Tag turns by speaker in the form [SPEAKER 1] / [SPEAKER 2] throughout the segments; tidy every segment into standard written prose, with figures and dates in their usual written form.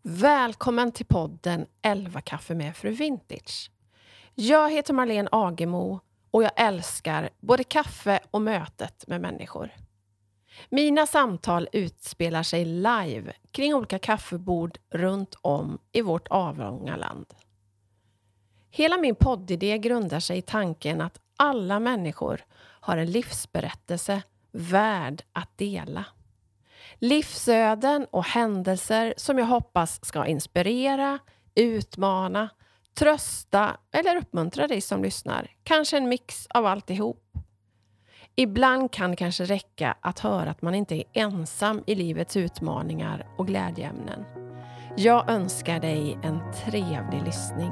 [SPEAKER 1] Välkommen till podden 11 kaffe med Fru Vintage. Jag heter Marlene Agemo och jag älskar både kaffe och mötet med människor. Mina samtal utspelar sig live kring olika kaffebord runt om i vårt avlånga land. Hela min poddidé grundar sig i tanken att alla människor har en livsberättelse värd att dela. Livsöden och händelser som jag hoppas ska inspirera, utmana, trösta eller uppmuntra dig som lyssnar. Kanske en mix av alltihop. Ibland kan det kanske räcka att höra att man inte är ensam i livets utmaningar och glädjeämnen. Jag önskar dig en trevlig lyssning.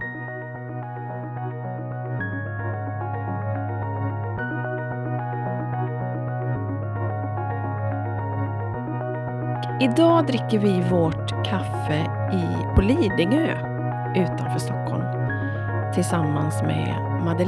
[SPEAKER 1] Idag dricker vi vårt kaffe på Lidingö utanför Stockholm tillsammans med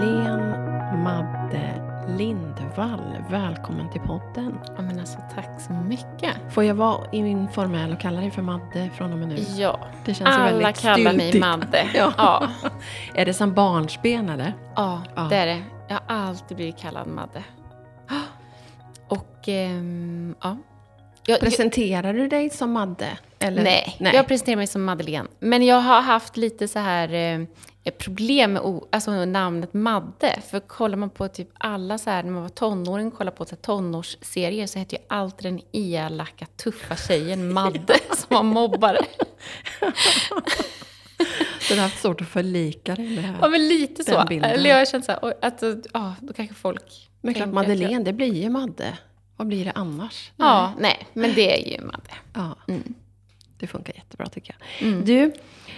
[SPEAKER 1] Madde Lindvall. Välkommen till podden.
[SPEAKER 2] Ja, men alltså, tack så mycket.
[SPEAKER 1] Får jag vara informell och kalla dig för Madde från och med nu?
[SPEAKER 2] Ja,
[SPEAKER 1] det känns
[SPEAKER 2] alla
[SPEAKER 1] väldigt
[SPEAKER 2] kallar mig
[SPEAKER 1] styltigt.
[SPEAKER 2] Madde.
[SPEAKER 1] Ja. Är det som barnsben eller?
[SPEAKER 2] Ja, det är det. Jag har alltid blivit kallad Madde. Och ja.
[SPEAKER 1] Presenterar du dig som Madde? Eller?
[SPEAKER 2] Nej, jag presenterar mig som Madeleine. Men jag har haft lite så här problem med namnet Madde. För kollar man på typ alla så här, när man var tonåring, kollar på så här, tonårsserier, så heter ju alltid den elaka, tuffa tjejen Madde som var mobbare.
[SPEAKER 1] Så du har haft svårt att förlika dig med det här?
[SPEAKER 2] Ja, men lite så.
[SPEAKER 1] Bilden.
[SPEAKER 2] Eller jag känner så här, att då kanske folk...
[SPEAKER 1] Men klart Madeleine, det blir ju Madde. Vad blir det annars?
[SPEAKER 2] Ja, nej, men det är ju Madde.
[SPEAKER 1] Ja,
[SPEAKER 2] Mm.
[SPEAKER 1] det funkar jättebra tycker jag.
[SPEAKER 2] Mm.
[SPEAKER 1] Du,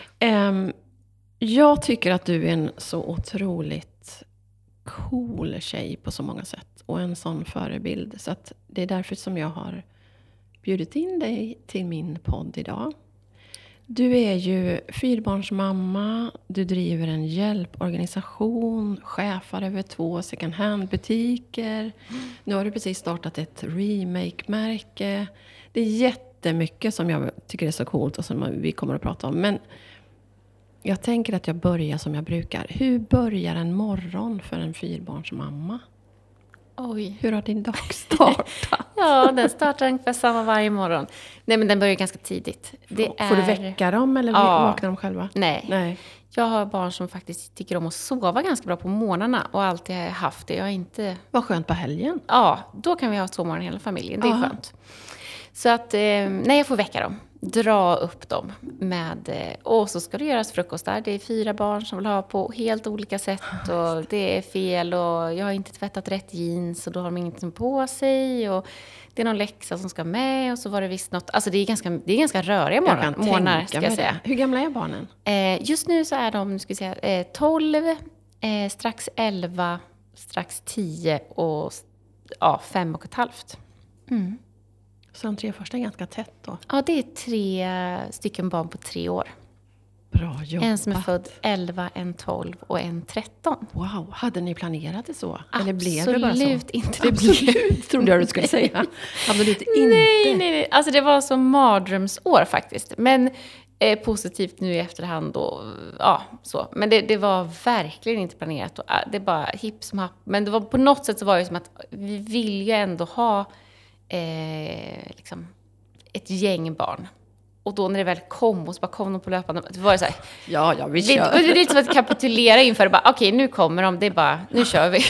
[SPEAKER 1] jag tycker att du är en så otroligt cool tjej på så många sätt. Och en sån förebild. Så att det är därför som jag har bjudit in dig till min podd idag. Du är ju fyrbarnsmamma, du driver en hjälporganisation, chefar över 2 second hand-butiker. Nu har du precis startat ett remake-märke. Det är jättemycket som jag tycker är så coolt och som vi kommer att prata om. Men jag tänker att jag börjar som jag brukar. Hur börjar en morgon för en fyrbarnsmamma?
[SPEAKER 2] Oj.
[SPEAKER 1] Hur har din dag startat?
[SPEAKER 2] Ja, den startar ungefär samma varje morgon. Nej, men den börjar ganska tidigt.
[SPEAKER 1] Får du väcka dem eller vaknar de själva?
[SPEAKER 2] Nej. Jag har barn som faktiskt tycker om att sova ganska bra på morgnarna och alltid har haft det. Jag har inte...
[SPEAKER 1] Vad skönt på helgen.
[SPEAKER 2] Ja, då kan vi ha sovmorgon hela familjen. Det är skönt. Så att, nej, jag får väcka dem. Dra upp dem med... Och så ska det göras frukost där. Det är 4 barn som vill ha på helt olika sätt. Och det är fel och jag har inte tvättat rätt jeans. Och då har de ingenting på sig. Och det är någon läxa som ska med. Och så var det visst något... Alltså det är ganska röriga morgnar, ska jag säga.
[SPEAKER 1] Hur gamla är barnen?
[SPEAKER 2] Just nu så är de, 12, strax 11, strax 10 och 5,5. Mm.
[SPEAKER 1] Så de 3 första är ganska tätt då?
[SPEAKER 2] Ja, det är 3 stycken barn på 3 år.
[SPEAKER 1] Bra jobbat.
[SPEAKER 2] En som är född 11, en 12 och en 13.
[SPEAKER 1] Wow, hade ni planerat det så?
[SPEAKER 2] Absolut
[SPEAKER 1] Eller blev det bara så?
[SPEAKER 2] inte.
[SPEAKER 1] Absolut, trodde jag du skulle säga. Absolut inte.
[SPEAKER 2] Nej. Alltså det var som mardrömsår faktiskt. Men positivt nu i efterhand då. Ja, så. Men det var verkligen inte planerat. Det är bara hipp som happ. Men det var, på något sätt så var det som att vi vill ju ändå ha liksom ett gäng barn. Och då när det väl kom och så bara kom de på löpande, det var det så här.
[SPEAKER 1] Ja, vi kör.
[SPEAKER 2] Det är lite som att kapitulera inför det. Bara, okej, nu kommer de. Det är bara, nu kör vi.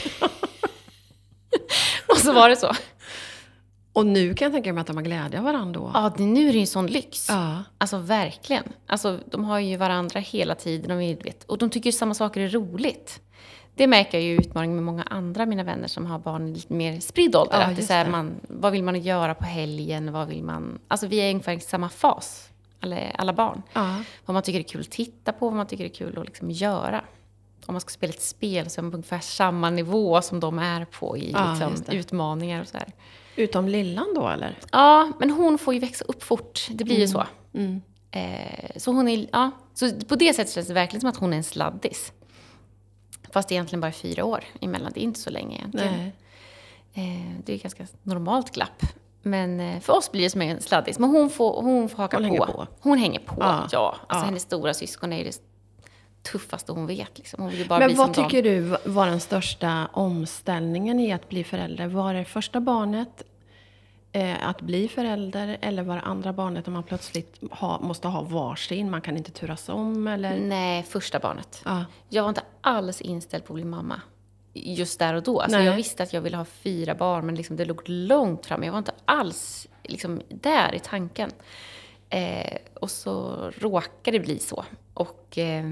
[SPEAKER 2] Och så var det så.
[SPEAKER 1] Och nu kan jag tänka mig att de har glädje av varandra då.
[SPEAKER 2] Ja, nu är det ju en sån lyx.
[SPEAKER 1] Ja.
[SPEAKER 2] Alltså verkligen. Alltså de har ju varandra hela tiden och de tycker ju samma saker är roligt. Det märker jag ju utmaning med många andra mina vänner som har barn i lite mer spridd ålder.
[SPEAKER 1] Ja,
[SPEAKER 2] att det är så här, vad vill man göra på helgen? Vad vill man... Alltså vi är ungefär i samma fas, alla barn.
[SPEAKER 1] Ja.
[SPEAKER 2] Vad man tycker är kul att titta på, vad man tycker är kul att liksom göra. Om man ska spela ett spel så är man på ungefär samma nivå som de är på i liksom, utmaningar och så här.
[SPEAKER 1] Utom lillan då eller?
[SPEAKER 2] Ja, men hon får ju växa upp fort. Det blir ju så.
[SPEAKER 1] Mm.
[SPEAKER 2] Så hon är... Ja, så på det sättet känns det verkligen som att hon är en sladdis. Fast det är egentligen bara 4 år emellan. Det är inte så länge egentligen.
[SPEAKER 1] Nej.
[SPEAKER 2] Det är ett ganska normalt glapp. Men för oss blir det som en sladdis. Men hon får haka
[SPEAKER 1] Hon
[SPEAKER 2] på.
[SPEAKER 1] hänger på.
[SPEAKER 2] Hon hänger på, ja. Alltså
[SPEAKER 1] Ja.
[SPEAKER 2] hennes stora syskon är ju det tuffaste hon vet. Liksom. Hon vill bara
[SPEAKER 1] Men
[SPEAKER 2] bli
[SPEAKER 1] vad
[SPEAKER 2] som
[SPEAKER 1] tycker du var den största omställningen i att bli förälder? Var det första barnet att bli förälder, eller var det andra barnet om man plötsligt måste ha varsin, man kan inte turas om? Eller?
[SPEAKER 2] Nej, första barnet.
[SPEAKER 1] Ja.
[SPEAKER 2] Jag var inte alls inställd på att bli mamma just där och då. Alltså
[SPEAKER 1] Nej.
[SPEAKER 2] jag visste att jag ville ha 4 barn, men liksom det låg långt fram. Jag var inte alls liksom där i tanken. Och så råkade det bli så. Och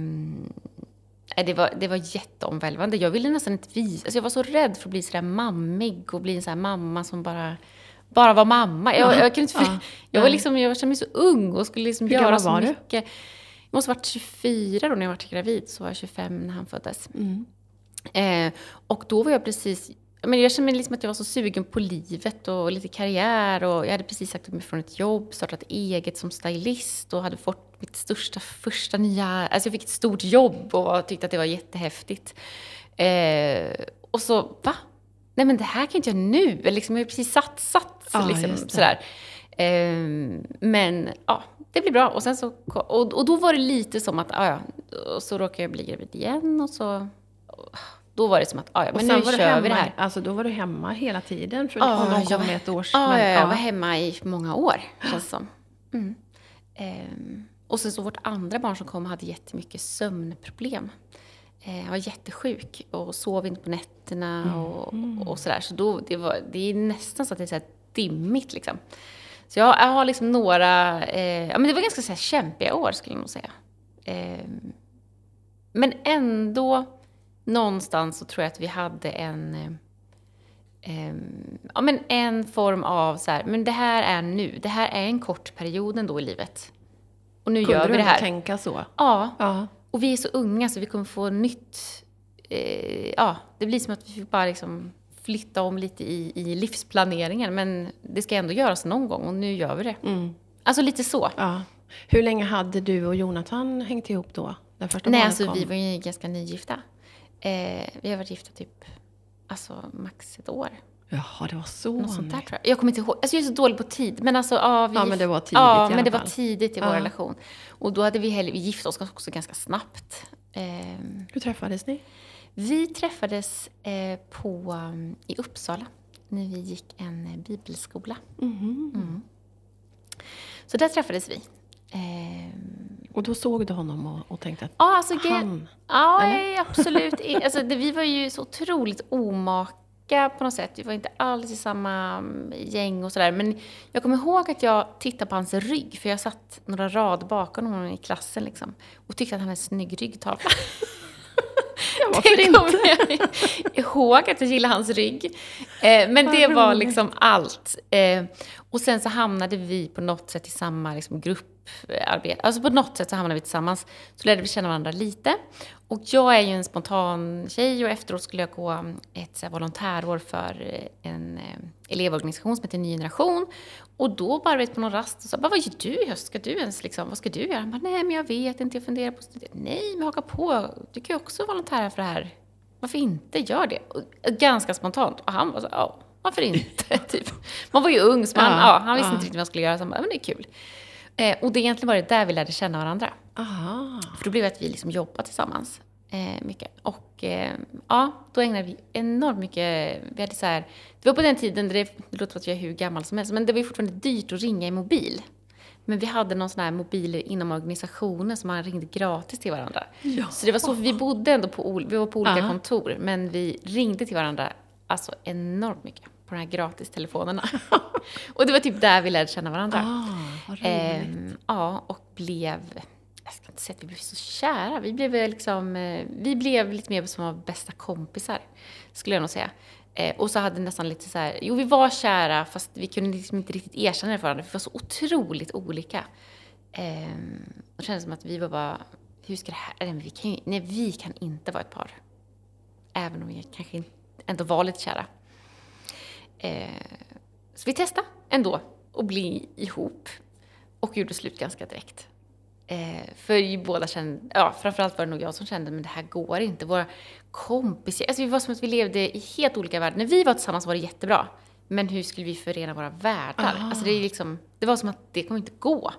[SPEAKER 2] det var jätteomvälvande. Jag ville nästan inte visa. Alltså jag var så rädd för att bli sådär mammig och bli en sån här mamma som bara var mamma. Jag kunde inte, jag kände mig så ung och skulle liksom göra så mycket. Jag måste ha varit 24 då när jag var gravid. Så var jag 25 när han föddes. Och då var jag precis... jag kände mig liksom att jag var så sugen på livet och lite karriär. Och jag hade precis sagt upp mig från ett jobb, startat eget som stylist och hade fått mitt första nya... Alltså jag fick ett stort jobb och tyckte att det var jättehäftigt. Och så, va? Nej, men det här kan inte jag nu. Liksom, jag har precis satsat. Sådär. Men ja, det blir bra. Och sen så... Och då var det lite som att... och så råkade jag bli gravid igen och så... Då var det som att, men nu kör vi det här.
[SPEAKER 1] Alltså då var du hemma hela tiden? För om de kom med ett års...
[SPEAKER 2] jag var hemma i många år, känns som. Och sen så vårt andra barn som kom hade jättemycket sömnproblem. Jag var jättesjuk och sov inte på nätterna och sådär. Så då, det är nästan så att det är så här dimmigt liksom. Så jag har liksom några... men det var ganska så här kämpiga år skulle jag nog säga. Men ändå... Någonstans så tror jag att vi hade en form av så här, men det här är nu. Det här är en kort period ändå i livet. Och nu gör vi det här.
[SPEAKER 1] Kunde du tänka så?
[SPEAKER 2] Ja. Och vi är så unga så vi kommer få nytt. Det blir som att vi fick bara liksom flytta om lite i livsplaneringen. Men det ska ändå göras någon gång och nu gör vi det. Alltså lite så.
[SPEAKER 1] Ja. Hur länge hade du och Jonathan hängt ihop då?
[SPEAKER 2] Nej, alltså vi var ju ganska nygifta. Vi har varit gifta typ max ett år.
[SPEAKER 1] Jaha, det var så.
[SPEAKER 2] Något sånt där, tror jag. Jag kommer inte ihåg. Alltså jag är så dålig på tid. Men alltså,
[SPEAKER 1] men det var tidigt
[SPEAKER 2] Ja, men det var tidigt i vår relation. Och då hade vi gifte oss också ganska snabbt.
[SPEAKER 1] Hur träffades ni?
[SPEAKER 2] Vi träffades i Uppsala. När vi gick en bibelskola. Så där träffades vi.
[SPEAKER 1] Och då såg du honom och tänkte att han...
[SPEAKER 2] Ja, absolut. Alltså, vi var ju så otroligt omaka på något sätt. Vi var inte alls i samma gäng och sådär. Men jag kommer ihåg att jag tittade på hans rygg. För jag satt några rad bakom honom i klassen liksom. Och tyckte att han hade en snygg ryggtavla.
[SPEAKER 1] Varför inte?
[SPEAKER 2] Jag ihåg att jag gillade hans rygg. Men det var liksom allt. Och sen så hamnade vi på något sätt i samma liksom, grupparbete. Alltså på något sätt så hamnade vi tillsammans. Så lärde vi känna varandra lite. Och jag är ju en spontan tjej. Och efteråt skulle jag gå ett så här, volontärår för en elevorganisation som heter Ny Generation. Och då bara på någon rast och sa, vad gör du i höst? Ska du ens liksom, vad ska du göra? Han bara, nej men jag vet inte, jag funderar på att studera. Nej, men haka på. Du kan ju också volontära för det här. Varför inte? Gör det. Och ganska spontant. Och han var så, varför inte? Typ. Man var ju ung, så han visste inte riktigt vad man skulle göra. Så han bara, men det är kul. Och det egentligen var det där vi lärde känna varandra.
[SPEAKER 1] Aha.
[SPEAKER 2] För då blev det att vi liksom jobbade tillsammans. Mycket. Och då ägnade vi enormt mycket. Vi hade så här, det var på den tiden, det låter att jag är hur gammal som helst, men det var fortfarande dyrt att ringa i mobil. Men vi hade någon sån här mobil inom organisationen som man ringde gratis till varandra. Ja. Så det var så, vi bodde ändå vi var på olika kontor, men vi ringde till varandra alltså enormt mycket på de här gratistelefonerna. Och det var typ där vi lärde känna varandra.
[SPEAKER 1] Vad roligt.
[SPEAKER 2] Och blev... Jag ska inte säga att vi blev så kära. Vi blev lite mer som bästa kompisar, skulle jag nog säga. Och så hade nästan lite så här... Jo, vi var kära, fast vi kunde liksom inte riktigt erkänna det för varandra. Vi var så otroligt olika. Det kändes som att vi var bara... Hur ska det här... Vi kan inte vara ett par. Även om vi kanske ändå var lite kära. Så vi testade ändå att bli ihop. Och gjorde slut ganska direkt. För vi båda kände, framförallt var det nog jag som kände, men det här går inte. Våra kompisar, alltså vi var som att vi levde i helt olika världar. När vi var tillsammans var det jättebra. Men hur skulle vi förena våra världar? Alltså det var som att det kommer inte gå.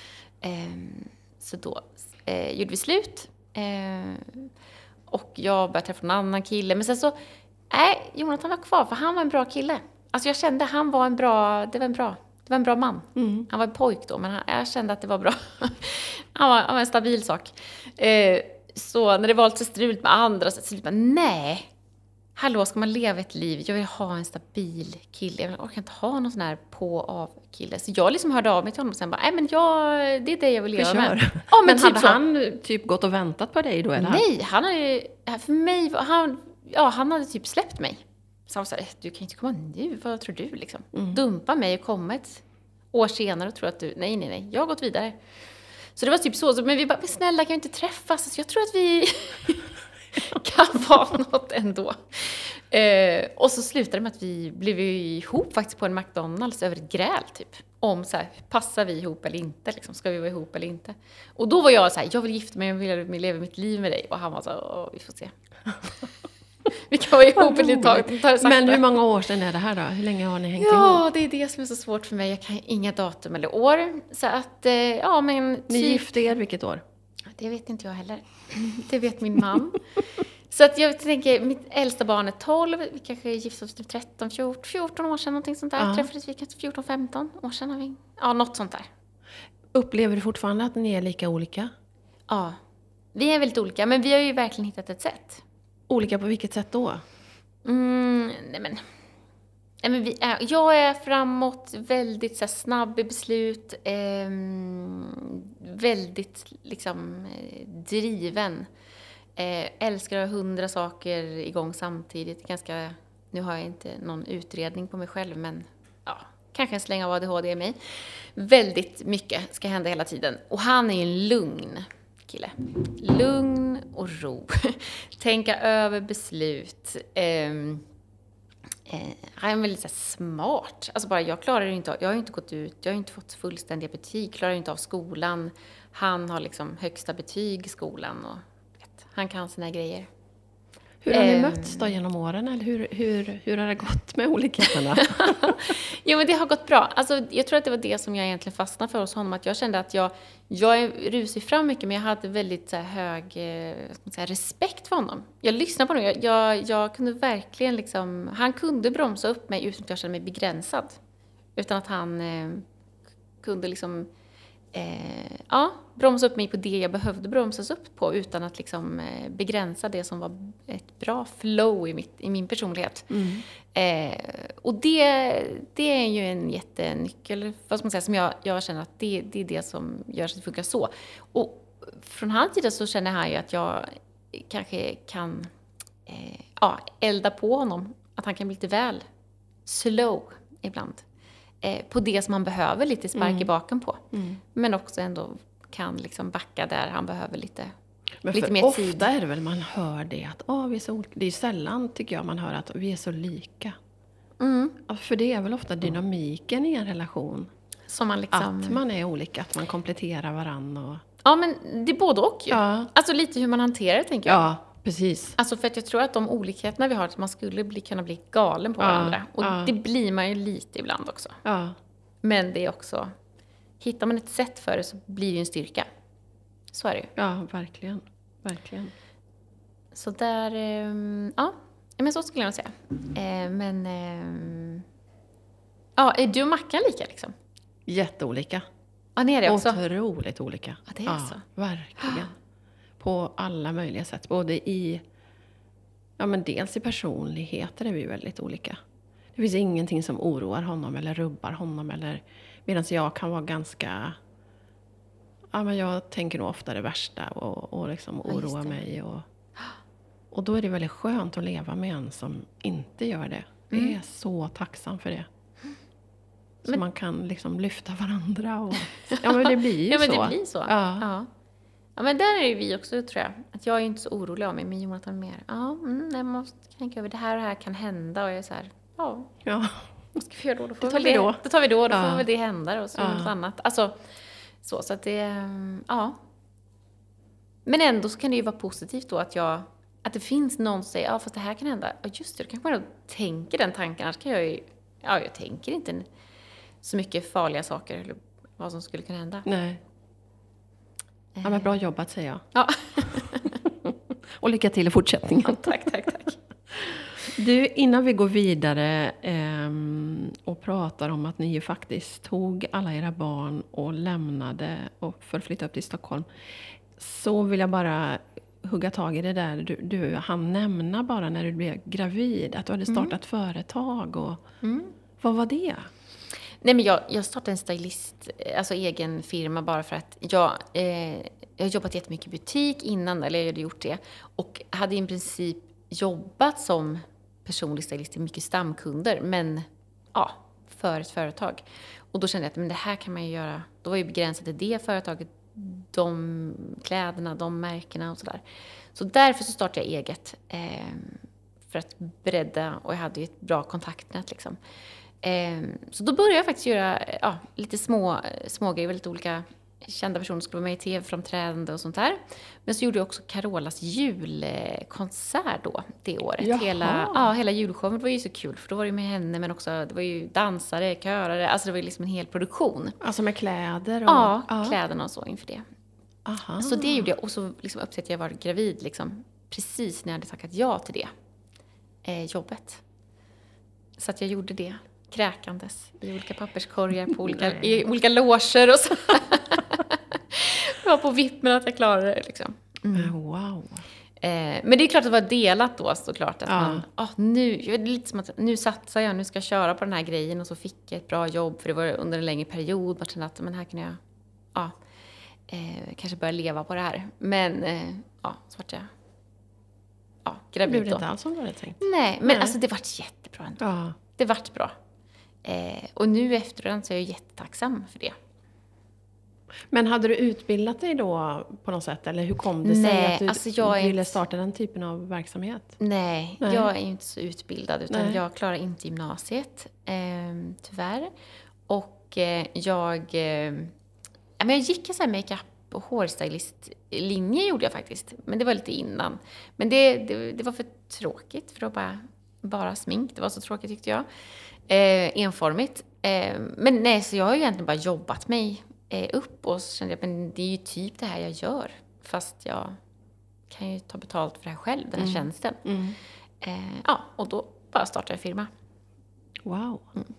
[SPEAKER 2] Så då gjorde vi slut. Och jag började träffa en annan kille. Men sen så, Jonathan var kvar, för han var en bra kille. Alltså jag kände han var det var en bra man. Han var en pojk då, men jag kände att det var bra. Han var en stabil sak. Så när det var lite struligt med andra, så bara, nej. Hallå, ska man leva ett liv? Jag vill ha en stabil kille. Jag orkar inte ha någon sån här på-av kille. Så jag liksom hörde av mig till honom och sen bara, det är det jag vill leva med.
[SPEAKER 1] Ja, men typ hade han typ gått och väntat på dig då? Eller?
[SPEAKER 2] Nej, han hade typ släppt mig. Så han sa, du kan inte komma nu, vad tror du liksom? Dumpa mig och komma ett år senare och tro att du, nej, jag har gått vidare. Så det var typ så, men vi bara, snälla kan vi inte träffas? Så jag tror att vi kan vara något ändå. Och så slutade det med att vi blev ihop faktiskt på en McDonald's över ett gräl typ. Om så här, passar vi ihop eller inte? Liksom, ska vi vara ihop eller inte? Och då var jag så här, jag vill gifta mig, jag vill leva mitt liv med dig. Och han var så här, vi får se. Vi kan vara ihop ett litet tag.
[SPEAKER 1] Men hur många år sedan är det här då? Hur länge har ni hängt ihop?
[SPEAKER 2] Ja, det är det som är så svårt för mig. Jag kan inga datum eller år. Så att, men...
[SPEAKER 1] Ni gifte er vilket år?
[SPEAKER 2] Det vet inte jag heller. Det vet min man. Så att jag tänker, mitt äldsta barn är 12. Vi kanske gifte oss typ 14 år sedan, någonting sånt där. Träffades vi kanske 14-15 år sedan har vi. Ja, något sånt där.
[SPEAKER 1] Upplever du fortfarande att ni är lika olika?
[SPEAKER 2] Ja, vi är väldigt olika. Men vi har ju verkligen hittat ett sätt.
[SPEAKER 1] Olika på vilket sätt då?
[SPEAKER 2] Jag är framåt, väldigt så här, snabb i beslut, väldigt liksom driven. Älskar att ha 100 saker igång samtidigt. Nu har jag inte någon utredning på mig själv, men kanske en släng av ADHD i mig. Väldigt mycket ska hända hela tiden. Och han är ju en lugn kille. Lugn och ro. Tänka över beslut. Han är väldigt så här, smart. Alltså bara, jag klarar inte av, jag har inte gått ut, jag har inte fått fullständiga betyg, klarar inte av skolan. Han har liksom högsta betyg i skolan och han kan sina grejer.
[SPEAKER 1] Hur har ni mötts då genom åren? Eller hur har det gått med olikheterna?
[SPEAKER 2] Jo, men det har gått bra. Alltså, jag tror att det var det som jag egentligen fastnade för hos honom. Att jag kände att jag rusade fram mycket, men jag hade väldigt så här, hög respekt för honom. Jag lyssnade på honom. Jag kunde verkligen liksom... Han kunde bromsa upp mig utan att jag kände mig begränsad. Utan att han kunde liksom... bromsa upp mig på det jag behövde bromsas upp på utan att liksom begränsa det som var ett bra flow i min personlighet. Och det är ju en jättenyckel, vad ska man säga, som jag känner att det är det som gör så att det funkar så. Och från hans sida så känner han ju att jag kanske kan elda på honom, att han kan bli lite väl slow ibland. På det som han behöver lite spark i baken på. Men också ändå kan liksom backa där han behöver lite mer tid.
[SPEAKER 1] Ofta är det väl man hör det att vi är så olika. Det är ju sällan tycker jag man hör att vi är så lika. För det är väl ofta dynamiken i en relation.
[SPEAKER 2] Som man liksom...
[SPEAKER 1] Att man är olika, att man kompletterar varann. Och...
[SPEAKER 2] Ja, men det är både och ju. Ja. Alltså lite hur man hanterar det, tänker jag.
[SPEAKER 1] Ja, precis.
[SPEAKER 2] Alltså för att jag tror att de olikheterna vi har, att man skulle kunna bli galen på varandra. Och det blir man ju lite ibland också. Ja. Men det är också... Hittar man ett sätt för det så blir det ju en styrka. Så är det ju.
[SPEAKER 1] Ja, verkligen. Verkligen.
[SPEAKER 2] Så där... men så skulle jag säga. Är du och Mackan lika liksom?
[SPEAKER 1] Jätteolika.
[SPEAKER 2] Ja, ni är det också?
[SPEAKER 1] Otroligt olika.
[SPEAKER 2] Ja, det är så.
[SPEAKER 1] Verkligen. På alla möjliga sätt. Både i... Ja, men dels i personligheter är vi väldigt olika. Det finns ingenting som oroar honom eller rubbar honom. Medan jag kan vara ganska... Ja, men jag tänker nog ofta det värsta och liksom oroa mig. Och då är det väldigt skönt att leva med en som inte gör det. Jag är så tacksam för det. Så man kan liksom lyfta varandra. Men det blir ju så.
[SPEAKER 2] Ja, men det blir så. Ja. Ja, men där är ju vi också, tror jag. Att jag är inte så orolig av mig, men Jonathan mer. Man måste tänka över det här kan hända. Och jag är så här, vad ska vi göra då? Då tar vi då. Då får väl det hända och så något annat. Alltså, så att det, Men ändå så kan det ju vara positivt då att det finns någon som säger, fast det här kan hända. Ja, just det, då kanske man tänker den tanken. Annars kan jag ju jag tänker inte så mycket farliga saker eller vad som skulle kunna hända.
[SPEAKER 1] Nej. Ja, men bra jobbat säger jag.
[SPEAKER 2] Ja.
[SPEAKER 1] Och lycka till i fortsättningen.
[SPEAKER 2] Tack.
[SPEAKER 1] Du, innan vi går vidare och pratar om att ni ju faktiskt tog alla era barn och lämnade och för att flytta upp till Stockholm, så vill jag bara hugga tag i det där. Du hann nämna bara när du blev gravid att du hade startat företag. Och, vad var det?
[SPEAKER 2] Nej, men jag startade en stylist, alltså egen firma, bara för att jag har jobbat jättemycket i butik innan, eller jag hade gjort det. Och hade i princip jobbat som personlig stylist till mycket stamkunder, men för ett företag. Och då kände jag att men det här kan man ju göra. Då var ju begränsat till det företaget, de kläderna, de märkena och sådär. Så därför så startade jag eget. För att bredda, och jag hade ju ett bra kontaktnät liksom. Så då började jag faktiskt göra lite små grejer, lite olika kända personer skulle vara med i tv-framträdande och sånt där. Men så gjorde jag också Carolas julkonsert då, det året. Hela julshowen. Det var ju så kul, för då var det med henne, men också det var ju dansare, körare, alltså det var ju liksom en hel produktion.
[SPEAKER 1] Alltså med kläder? Och,
[SPEAKER 2] kläderna och så inför det.
[SPEAKER 1] Aha.
[SPEAKER 2] Så det gjorde jag, och så liksom upptäckte jag var gravid liksom, precis när jag hade tackat ja till det jobbet. Så att jag gjorde det. Kräkandes i olika papperskorgar på i olika loger och så. Jag var på vippen att jag klarade det liksom.
[SPEAKER 1] Wow.
[SPEAKER 2] Men det är klart att det var delat då, såklart. Att man, nu, det är lite som att nu satsar jag, nu ska jag köra på den här grejen. Och så fick jag ett bra jobb, för det var under en längre period. Bara kände att men här kan jag kanske börja leva på det här. Men så vart jag gravid då.
[SPEAKER 1] Blev det inte alls som du hade tänkt?
[SPEAKER 2] Nej, men alltså det vart jättebra ändå.
[SPEAKER 1] Ja.
[SPEAKER 2] Det vart bra. Och nu efteråt så är jag jättetacksam för det.
[SPEAKER 1] Men hade du utbildat dig då på något sätt? Eller hur kom det sig att du ville starta den typen av verksamhet?
[SPEAKER 2] Nej, jag är inte så utbildad. Utan jag klarar inte gymnasiet, tyvärr. Och jag gick en sån här makeup- och hårstylistlinje gjorde jag faktiskt. Men det var lite innan. Men det var för tråkigt, för det var bara smink. Det var så tråkigt tyckte jag. Enformigt. Men nej, så jag har ju egentligen bara jobbat mig upp, och så kände jag, men det är ju typ det här jag gör. Fast jag kan ju ta betalt för det här själv, den här tjänsten. Och då bara startade jag firma.
[SPEAKER 1] Wow.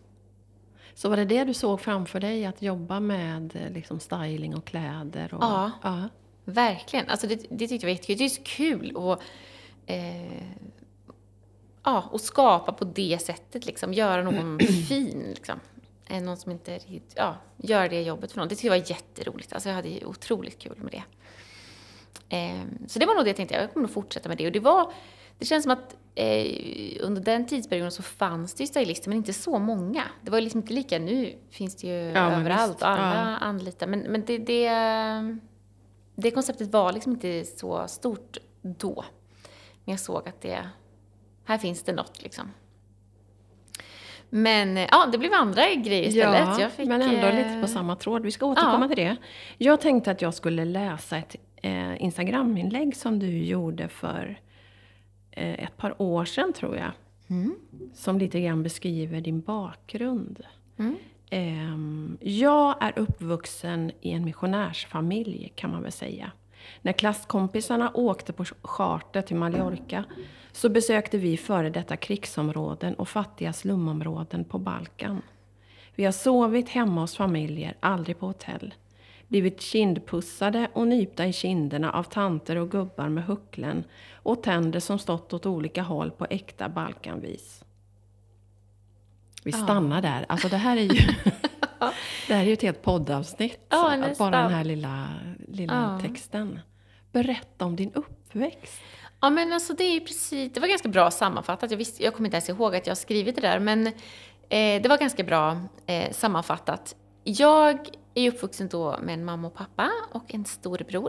[SPEAKER 1] Så var det du såg framför dig, att jobba med liksom styling och kläder? Och,
[SPEAKER 2] ja, verkligen. Alltså det tyckte jag var jättekul. Det är så kul och skapa på det sättet. Liksom. Göra någon fin. Liksom. Någon som inte gör det jobbet för någon. Det tyckte jag var jätteroligt. Alltså jag hade otroligt kul med det. Så det var nog det jag tänkte. Jag kommer nog fortsätta med det. Och det känns som att under den tidsperioden så fanns det ju stylister, men inte så många. Det var liksom inte lika. Nu finns det ju överallt och alla anlitar. Men det konceptet var liksom inte så stort då. Men jag såg att här finns det något liksom. Men det blev andra grejer istället.
[SPEAKER 1] Ja, men ändå lite på samma tråd. Vi ska återkomma till det. Jag tänkte att jag skulle läsa ett Instagram-inlägg som du gjorde för ett par år sedan, tror jag. Som lite grann beskriver din bakgrund. Jag är uppvuxen i en missionärsfamilj, kan man väl säga. När klasskompisarna åkte på charter till Mallorca så besökte vi före detta krigsområden och fattiga slumområden på Balkan. Vi har sovit hemma hos familjer, aldrig på hotell. Blivit kindpussade och nypta i kinderna av tanter och gubbar med hucklen och tänder som stått åt olika håll på äkta Balkanvis. Vi stannar där. Alltså det här är ju det här är ju ett helt poddavsnitt. Bara den här lilla texten. Berätta om din uppväxt.
[SPEAKER 2] Ja, men alltså det är precis, det var ganska bra sammanfattat. Jag kommer inte ens ihåg att jag skrivit det där, men det var ganska bra sammanfattat. Jag är uppvuxen då med en mamma och pappa och en storebror.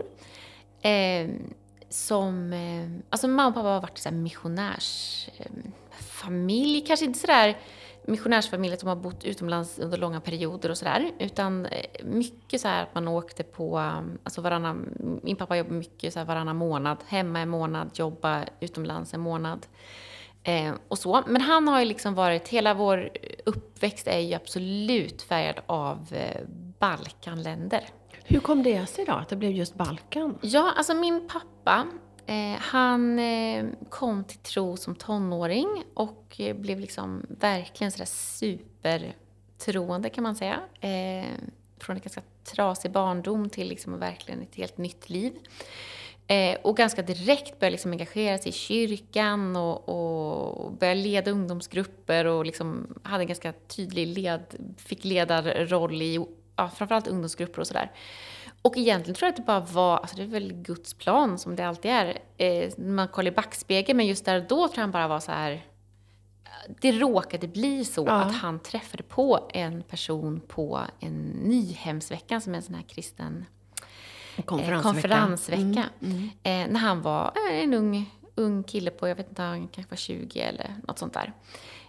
[SPEAKER 2] Alltså mamma och pappa har varit så här missionärsfamilj, kanske inte sådär missionärsfamilj att de har bott utomlands under långa perioder och sådär, utan mycket så här att man åkte på, alltså min pappa jobbade mycket så här varannan månad, hemma en månad, jobba utomlands en månad. Och så. Men han har ju liksom varit, hela vår uppväxt är ju absolut färgad av Balkanländer.
[SPEAKER 1] Hur kom det sig då att det blev just Balkan?
[SPEAKER 2] Ja, alltså min pappa, han kom till tro som tonåring och blev liksom verkligen sådär supertroende kan man säga. Från en ganska trasig barndom till liksom verkligen ett helt nytt liv. Och ganska direkt började liksom engagera sig i kyrkan och började leda ungdomsgrupper och liksom hade en ganska tydlig fick ledarroll i framförallt ungdomsgrupper och sådär. Och egentligen tror jag att det bara var, alltså det är väl Guds plan som det alltid är. Man kollar i backspegeln, men just där och då tror jag han bara var så här. Det råkade bli så att han träffade på en person på en Nyhemsveckan som är en sån här kristen konferensvecka. När han var en ung kille på, jag vet inte, han kanske var 20 eller något sånt där.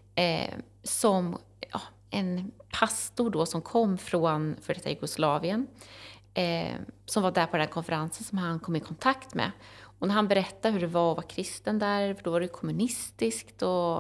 [SPEAKER 2] Som en pastor då som kom från för detta Jugoslavien. Som var där på den här konferensen som han kom i kontakt med. Och när han berättade hur det var att vara kristen där, för då var det kommunistiskt och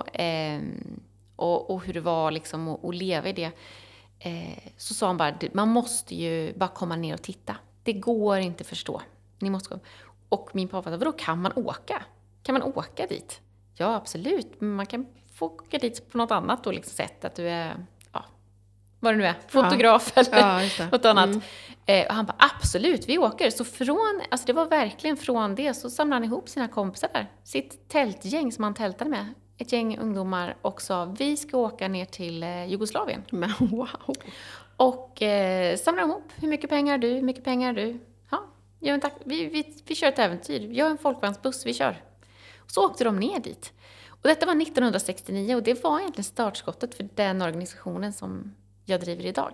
[SPEAKER 2] hur det var liksom att leva i det. Så sa han bara, man måste ju bara komma ner och titta. Det går inte att förstå. Ni måste gå. Och min pappa sa, vadå, kan man åka? Kan man åka dit? Ja, absolut. Men man kan få åka dit på något annat då, liksom sätt. Att du är, vad det nu är, fotograf eller något annat. Och han bara, absolut, vi åker. Så det var verkligen från det så samlade han ihop sina kompisar där. Sitt tältgäng som han tältade med. Ett gäng ungdomar och sa, vi ska åka ner till Jugoslavien.
[SPEAKER 1] Men wow!
[SPEAKER 2] Och samlade ihop, hur mycket pengar är du? Ja, tack. Vi kör ett äventyr. Vi har en folkvagnsbuss, vi kör. Och så åkte de ner dit. Och detta var 1969 och det var egentligen startskottet för den organisationen som jag driver idag.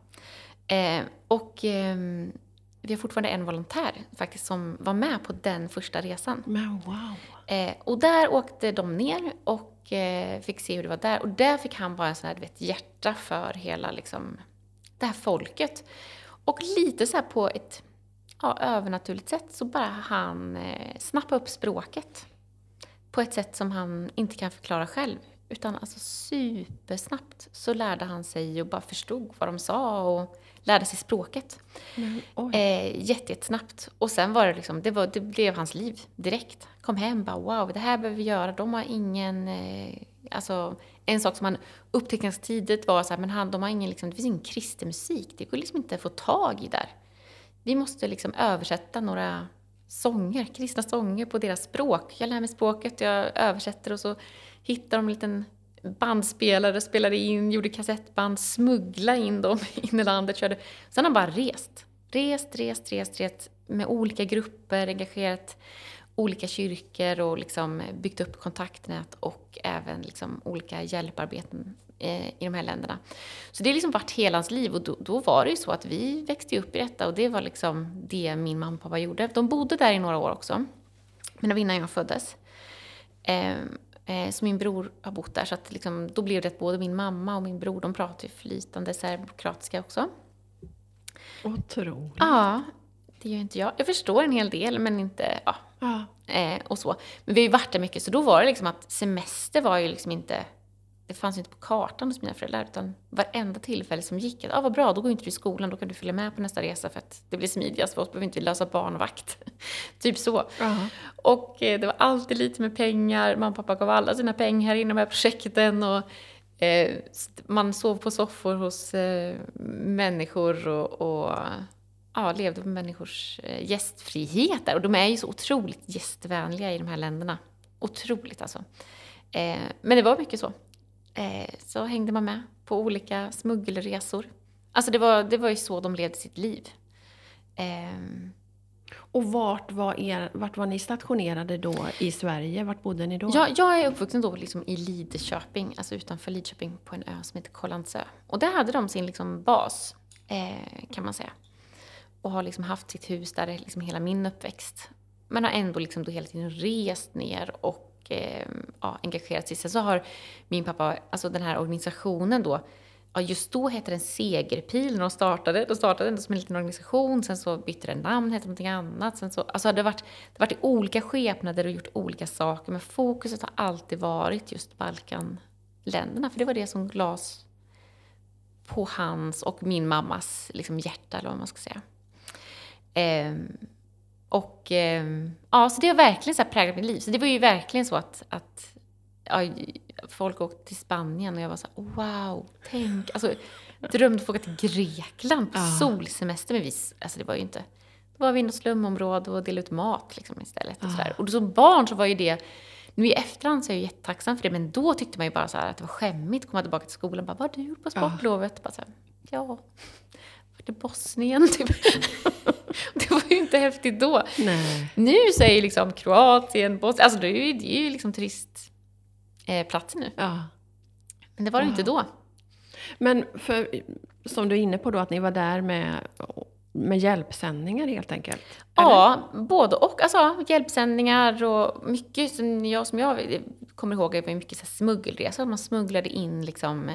[SPEAKER 2] Vi har fortfarande en volontär faktiskt som var med på den första resan.
[SPEAKER 1] Men wow!
[SPEAKER 2] Och där åkte de ner och fick se hur det var där. Och där fick han bara så här, hjärta för hela liksom, det här folket. Och lite så här på ett övernaturligt sätt så bara han snappa upp språket. På ett sätt som han inte kan förklara själv. Utan alltså supersnabbt så lärde han sig och bara förstod vad de sa och lärde sig språket. Jättesnabbt. Och sen var det liksom, det blev hans liv direkt. Kom hem, bara wow, det här behöver vi göra. De har ingen, en sak som han upptäckte ganska tidigt var så här, men de har ingen, liksom, det finns ingen kristen musik. Det går liksom inte att få tag i där. Vi måste liksom översätta några kristna sånger på deras språk. Jag lär mig språket, jag översätter och så hittar de en liten bandspelare, spelade in, gjorde kassettband, smuggla in dem in i landet, körde. Sen har han bara rest med olika grupper, engagerat olika kyrkor och liksom byggt upp kontaktnät och även liksom olika hjälparbeten i de här länderna. Så det har liksom varit hela hans liv och då var det ju så att vi växte upp i detta och det var liksom det min mamma och pappa gjorde. De bodde där i några år också, men innan jag föddes. Så min bror har bott där så att liksom, då blev det att både min mamma och min bror, de pratar ju flytande serbokroatiska också.
[SPEAKER 1] Otroligt.
[SPEAKER 2] Ja, det gör inte jag. Jag förstår en hel del men inte, och så. Men vi har ju varit där mycket så då var det liksom att semester var ju liksom inte, det fanns ju inte på kartan hos mina föräldrar utan varenda tillfälle som gick att, vad bra, då går inte du i skolan, då kan du följa med på nästa resa för att det blir smidigast för oss, behöver inte lösa barnvakt. Typ så. Och det var alltid lite med pengar, mamma och pappa gav alla sina pengar inom de här projekten och man sov på soffor hos människor och levde på människors gästfriheter. Och de är ju så otroligt gästvänliga i de här länderna. Otroligt alltså. Men det var mycket så. Så hängde man med på olika smuggelresor. Alltså det var ju så de levde sitt liv.
[SPEAKER 1] Och vart var ni stationerade då i Sverige? Vart bodde ni då?
[SPEAKER 2] Ja, jag är uppvuxen då liksom i Lidköping, alltså utanför Lidköping på en ö som heter Kållandsö. Och där hade de sin liksom bas, kan man säga. Och har liksom haft sitt hus där liksom hela min uppväxt. Men har ändå liksom då hela tiden rest ner och engagerat sig. Sen så har min pappa, alltså den här organisationen då, ja, just då hette den Segerpil när de startade. De startade ändå som en liten organisation, sen så bytte den namn, hette någonting annat. Sen så, alltså det har varit i olika skepnader och gjort olika saker, men fokuset har alltid varit just Balkanländerna, för det var det som glas på hans och min mammas liksom hjärta, eller vad man ska säga. Ja, så det har verkligen så här präglat mitt liv. Så det var ju verkligen så att ja, folk åkte till Spanien och jag var så här, wow, tänk. Alltså, drömde få åka till Grekland på solsemester. Men alltså det var ju inte. Då var vi i något slumområde och delade ut mat liksom istället. Och, så där. Och som barn så var ju det, nu i efterhand så är jag jättetacksam för det. Men då tyckte man ju bara så här att det var skämmigt att komma tillbaka till skolan. Bara, vad har du gjort på sportlovet? Bara så här, ja, var det Bosnien typ. Det var ju inte häftigt då. Nej. Nu så är ju liksom Kroatien, Bosnien, alltså det är ju liksom turistplatser nu. Ja. Men det var det inte då.
[SPEAKER 1] Men för, som du är inne på då, att ni var där med hjälpsändningar helt enkelt?
[SPEAKER 2] Ja, både och. Alltså hjälpsändningar och mycket som jag kommer ihåg, det var mycket så här smuggelresor. Man smugglade in liksom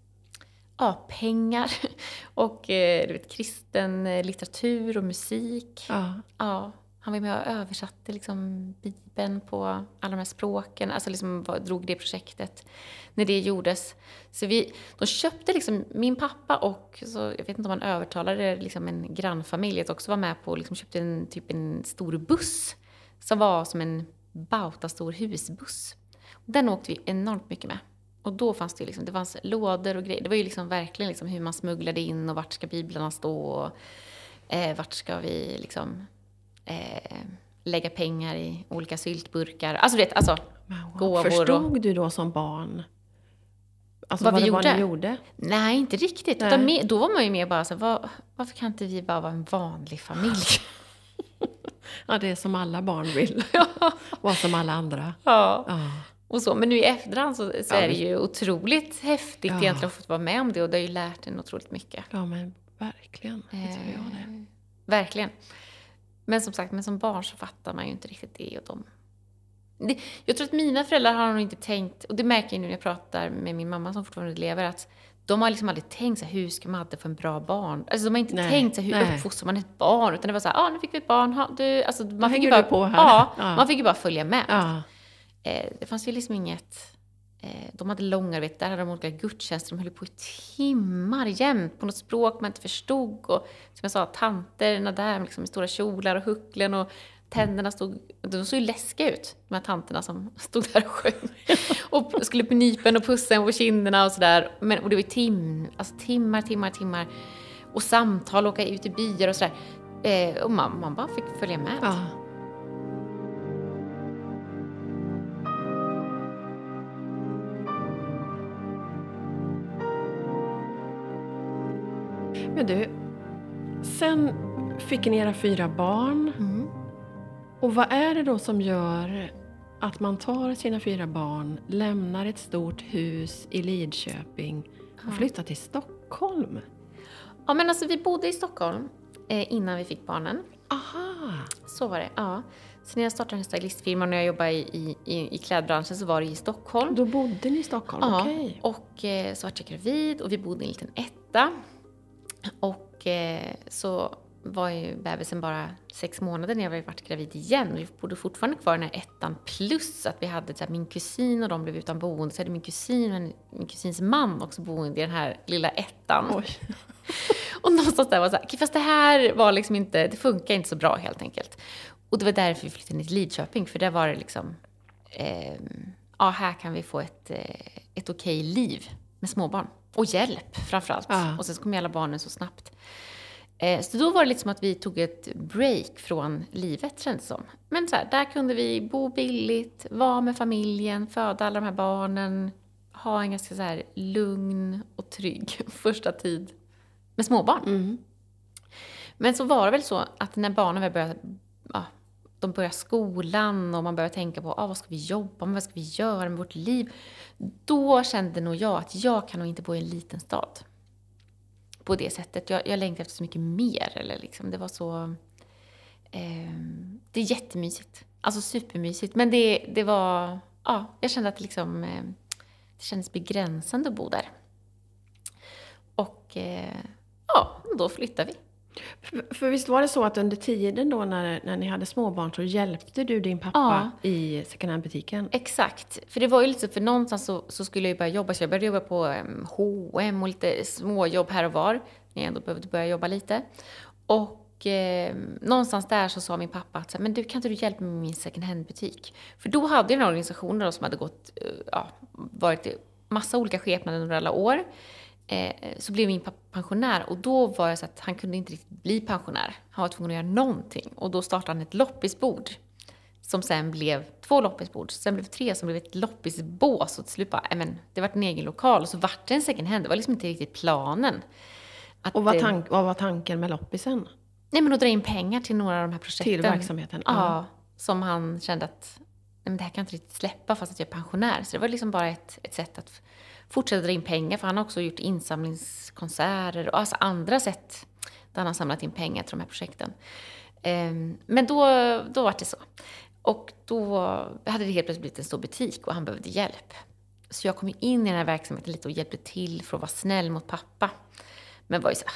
[SPEAKER 2] pengar och du vet, kristen litteratur och musik. Ja, han var med och översatte liksom Bibeln på alla de här språken. Alltså liksom drog det projektet när det gjordes. Så de köpte liksom, min pappa och så, jag vet inte om han övertalade liksom en grannfamilj att också vara med på, liksom köpte en stor buss som var som en bautastor husbuss. Och den åkte vi enormt mycket med. Och då fanns det liksom, det fanns lådor och grejer. Det var ju liksom verkligen liksom hur man smugglade in och vart ska biblarna stå och vart ska vi liksom lägga pengar i olika syltburkar. Alltså vet, alltså gåvor.
[SPEAKER 1] Förstod du då som barn alltså
[SPEAKER 2] vad
[SPEAKER 1] ni gjorde?
[SPEAKER 2] Nej, inte riktigt. Utan då var man ju mer bara så varför kan inte vi bara vara en vanlig familj?
[SPEAKER 1] Ja, det är som alla barn vill. Och som alla andra.
[SPEAKER 2] Ja. Och så. Men nu i efterhand så är det ju otroligt häftigt egentligen att få vara med om det. Och det har ju lärt en otroligt mycket.
[SPEAKER 1] Ja, men verkligen. Det tror jag det.
[SPEAKER 2] Verkligen. Men som sagt, som barn så fattar man ju inte riktigt det. Och jag tror att mina föräldrar har nog inte tänkt, och det märker jag nu när jag pratar med min mamma som fortfarande lever, att de har liksom aldrig tänkt så här, hur ska Madde få en bra barn? Alltså de har inte tänkt så här, hur uppfostrar man ett barn? Utan det var så här, nu fick vi ett barn. Alltså, man fick ju bara, man fick ju bara följa med. Ja. Det fanns ju liksom inget. De hade långa, där hade de olika gudstjänster. De höll på i timmar jämt på något språk man inte förstod. Och som jag sa, tanterna där liksom, i stora kjolar och hucklen. Och tänderna de såg ju läskiga ut, de här tanterna som stod där och sjöng. Och skulle på nypen och pussa på kinderna och sådär. Och det var timmar. Och samtal, åka ut i byar och sådär. Och man bara fick följa med. Ja.
[SPEAKER 1] Men du, sen fick ni era 4 barn. Mm. Och vad är det då som gör att man tar sina 4 barn, lämnar ett stort hus i Lidköping och flyttar till Stockholm?
[SPEAKER 2] Ja, men alltså vi bodde i Stockholm innan vi fick barnen.
[SPEAKER 1] Aha!
[SPEAKER 2] Så var det, ja. Så när jag startade en stylistfirma och när jag jobbade i klädbranschen så var det i Stockholm.
[SPEAKER 1] Då bodde ni i Stockholm,
[SPEAKER 2] ja,
[SPEAKER 1] okej.
[SPEAKER 2] Och så var jag gravid och vi bodde i en liten etta. Och så var ju bebisen bara 6 månader när jag varit gravid igen. Och vi bodde fortfarande kvar i den här ettan. Plus att vi hade så här, min kusin och de blev utan boende. Så hade min kusins man också boende i den här lilla ettan. Oj. Och någonstans där var så här, fast det här var liksom inte, det funkar inte så bra helt enkelt. Och det var därför vi flyttade till Lidköping. För där var det liksom, här kan vi få ett okej liv med småbarn. Och hjälp framförallt. Och sen så kom alla barnen så snabbt. Så då var det liksom att vi tog ett break från livet, känns som. Men så här, där kunde vi bo billigt, vara med familjen, föda alla de här barnen. Ha en ganska så här lugn och trygg första tid med småbarn. Mm. Men så var det väl så att när barnen började skolan och man började tänka på vad ska vi jobba med, vad ska vi göra med vårt liv. Då kände nog jag att jag kan nog inte bo i en liten stad. På det sättet. Jag längtade efter så mycket mer. Eller liksom, det var så... det är jättemysigt. Alltså supermysigt. Men det var... Ja, jag kände att liksom, det kändes begränsande att bo där. Och då flyttade vi.
[SPEAKER 1] För visst var det så att under tiden då när ni hade småbarn så hjälpte du din pappa i second hand-butiken?
[SPEAKER 2] Exakt. För det var ju lite, för någonstans så skulle jag ju börja jobba. Så jag började jobba på H&M och lite småjobb här och var. När jag ändå behövde börja jobba lite. Och någonstans där så sa min pappa att men du, kan inte du hjälpa mig med min second hand-butik? För då hade jag en organisation då som hade varit i massa olika skepnader under alla år. Så blev min pappa pensionär och då var det så att han kunde inte riktigt bli pensionär. Han var tvungen att göra någonting och då startade han ett loppisbord som sen blev 2 loppisbord, sen blev 3, som blev ett loppisbås och till slut bara, det var en egen lokal och så vart det en second hand. Det var liksom inte riktigt planen.
[SPEAKER 1] Och vad var tanken med loppisen?
[SPEAKER 2] Nej, men att dra in pengar till några av de här projekten.
[SPEAKER 1] Till verksamheten?
[SPEAKER 2] Ja, som han kände att det här kan inte riktigt släppa fast att jag är pensionär. Så det var liksom bara ett sätt att fortsätta dra in pengar. För han har också gjort insamlingskonserter och alltså andra sätt där han har samlat in pengar till de här projekten. Men då var det så. Och då hade det helt plötsligt blivit en stor butik och han behövde hjälp. Så jag kom in i den här verksamheten lite och hjälpte till för att vara snäll mot pappa. Men var ju så,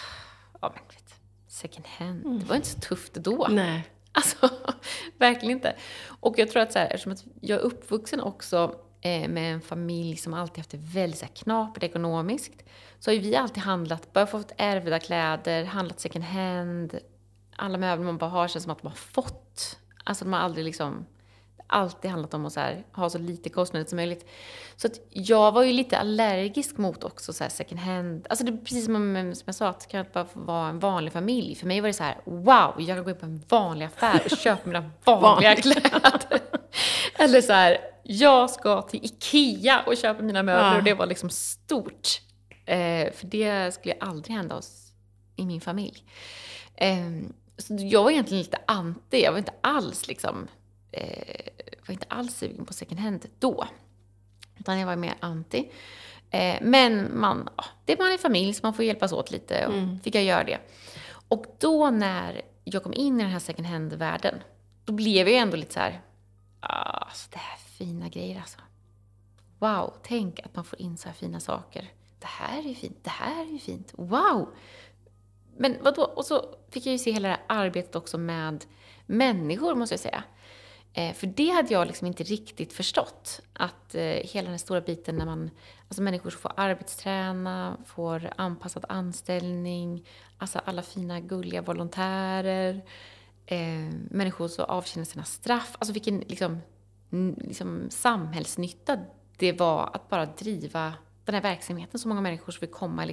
[SPEAKER 2] second hand, det var inte så tufft då.
[SPEAKER 1] Nej.
[SPEAKER 2] Alltså, verkligen inte. Och jag tror att eftersom att jag är uppvuxen också med en familj som alltid haft det väldigt knapert ekonomiskt, så har ju vi alltid handlat, bara fått ärvda kläder, handlat second hand, alla möbler man bara har känns som att man har fått. Alltså de har aldrig liksom, alltid handlat om att ha så lite kostnader som möjligt. Så att jag var ju lite allergisk mot också second hand. Alltså det är precis som jag sa, att det kan inte bara vara en vanlig familj. För mig var det wow, jag kan gå in på en vanlig affär och köpa mina vanliga kläder. Eller jag ska till Ikea och köpa mina möbler och det var liksom stort. För det skulle aldrig hända i min familj. Så jag var egentligen lite anti. Jag var inte alls sugen på second hand då. Utan jag var mer anti. Men det är man i familj så man får hjälpas åt lite. Och fick jag göra det. Och då när jag kom in i den här second hand-världen, då blev jag ändå lite alltså det här är fina grejer alltså. Wow, tänk att man får in så här fina saker. Det här är ju fint, det här är ju fint. Wow! Men vadå? Och så fick jag ju se hela det här arbetet också med människor, måste jag säga. För det hade jag liksom inte riktigt förstått. Att hela den här stora biten när människor får arbetsträna, får anpassad anställning, alltså alla fina gulliga volontärer, människor som avtjänar sina straff. Alltså vilken liksom samhällsnytta det var att bara driva den här verksamheten. Så många människor som vill komma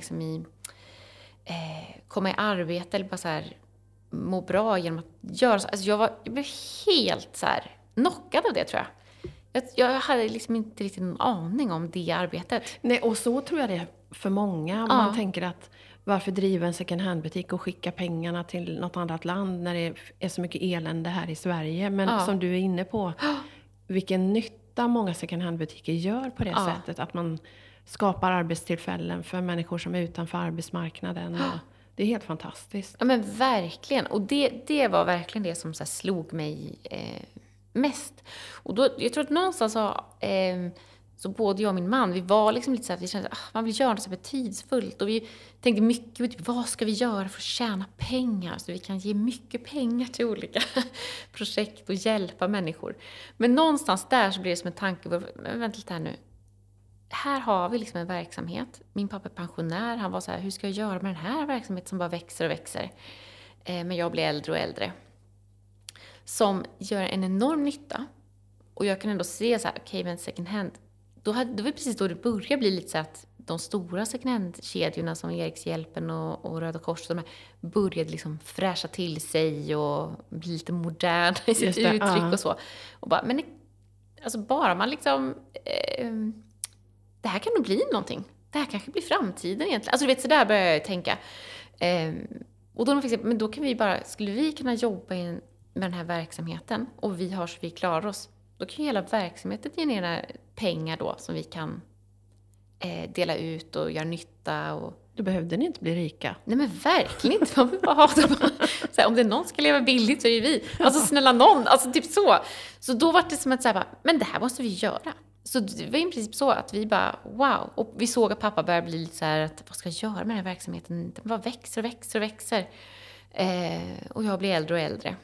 [SPEAKER 2] komma i arbete eller bara må bra genom att göra så. Alltså jag blev helt knockad av det, tror jag. Jag hade liksom inte riktigt någon aning om det arbetet.
[SPEAKER 1] Nej, och så tror jag det är för många. Man tänker att varför driva en second hand-butik och skicka pengarna till något annat land när det är så mycket elände här i Sverige. Men som du är inne på, vilken nytta många second hand-butiker gör på det sättet. Att man skapar arbetstillfällen för människor som är utanför arbetsmarknaden. Och det är helt fantastiskt.
[SPEAKER 2] Ja, men verkligen. Och det var verkligen det som slog mig mest. Och då, jag tror att någonstans så både jag och min man, vi var liksom lite vi kände att man vill göra det så betydelsefullt. Och vi tänkte mycket, vad ska vi göra för att tjäna pengar? Så vi kan ge mycket pengar till olika projekt och hjälpa människor. Men någonstans där så blir det som en tanke, vänta lite här nu. Här har vi liksom en verksamhet. Min pappa är pensionär. Han var hur ska jag göra med den här verksamheten som bara växer och växer? Men jag blir äldre och äldre. Som gör en enorm nytta. Och jag kan ändå se men second hand. Då var det precis då det började bli lite att de stora second hand-kedjorna som Erikshjälpen och Röda Korset, de här började liksom fräscha till sig och bli lite moderna i sitt uttryck och så. Och bara, men bara man liksom... det här kan nog bli någonting. Det här kanske blir framtiden egentligen. Alltså du vet, så där börjar jag tänka. Och då men då kan skulle vi kunna jobba med den här verksamheten och vi har så vi klarar oss. Då kan ju hela verksamheten generera pengar då som vi kan dela ut och göra nytta.
[SPEAKER 1] Då behövde ni inte bli rika.
[SPEAKER 2] Nej, men verkligen inte. Man vill bara ha det. Om det är någon ska leva billigt så är det vi. Alltså snälla någon. Alltså typ så. Så då var det som att men det här måste vi göra. Så det var i princip så att vi bara, wow. Och vi såg att pappa började bli lite så här att, vad ska jag göra med den här verksamheten? Den bara växer och växer och växer. Och jag blir äldre och äldre.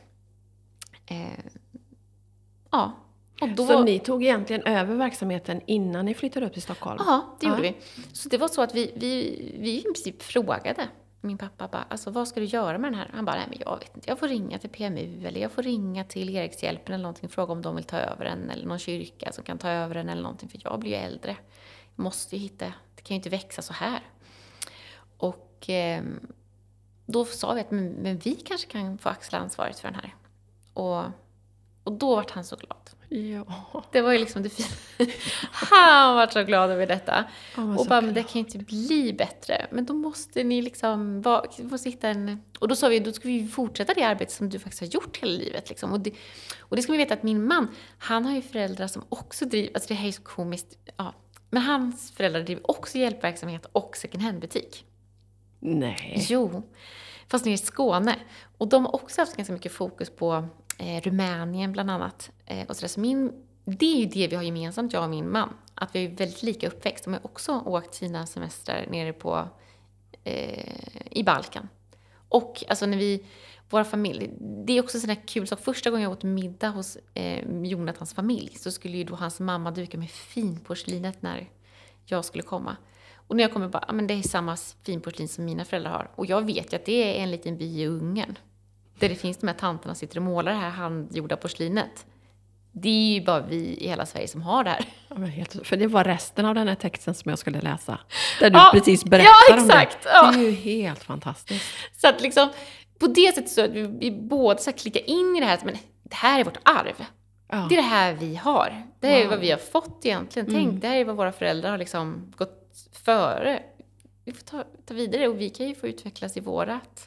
[SPEAKER 2] Ja. Och då...
[SPEAKER 1] Så ni tog egentligen över verksamheten innan ni flyttade upp till Stockholm?
[SPEAKER 2] Ja, det gjorde vi. Så det var så att vi i princip frågade min pappa bara, alltså vad ska du göra med den här? Han bara, nej men jag vet inte, jag får ringa till PMU eller jag får ringa till Erikshjälpen eller någonting och fråga om de vill ta över den eller någon kyrka som kan ta över den eller någonting, för jag blir ju äldre. Jag måste ju hitta, det kan ju inte växa så här. Och då sa vi att men vi kanske kan få axla ansvaret för den här. Och då var han så glad.
[SPEAKER 1] Ja.
[SPEAKER 2] Det var ju liksom det fina. Han var så glad över detta.
[SPEAKER 1] Och
[SPEAKER 2] bara, men det kan ju inte bli bättre. Men då måste ni liksom hitta en... Och då sa vi, då ska vi fortsätta det arbete som du faktiskt har gjort hela livet. Liksom. Och det ska vi veta att min man, han har ju föräldrar som också driver... Alltså det här är så komiskt. Ja. Men hans föräldrar driver också hjälpverksamhet och second hand-butik.
[SPEAKER 1] Nej.
[SPEAKER 2] Jo. Fast nere i Skåne. Och de har också haft ganska mycket fokus på Rumänien bland annat. Och så det är ju det vi har gemensamt, jag och min man. Att vi är väldigt lika uppväxt. De har också åkt sina semestrar nere på i Balkan. Och alltså våra familj, det är också en sån här kul sak. Första gången jag åt middag hos Jonathans familj så skulle ju då hans mamma duka med finporslinet när jag skulle komma. Och när jag kommer bara, men det är samma finporslin som mina föräldrar har. Och jag vet ju att det är en liten by i Ungern. Där det finns de här tanterna sitter och målar det här handgjorda porslinet. Det är ju bara vi i hela Sverige som har det här.
[SPEAKER 1] Ja, men för det var resten av den här texten som jag skulle läsa. Där du precis berättar om det.
[SPEAKER 2] Ja.
[SPEAKER 1] Det är ju helt fantastiskt.
[SPEAKER 2] Så att liksom, på det sättet så att vi båda så klickar in i det här. Men det här är vårt arv. Ja. Det är det här vi har. Det är vad vi har fått egentligen. Tänk, det här är vad våra föräldrar har liksom gått före. Vi får ta vidare och vi kan ju få utvecklas i vårat.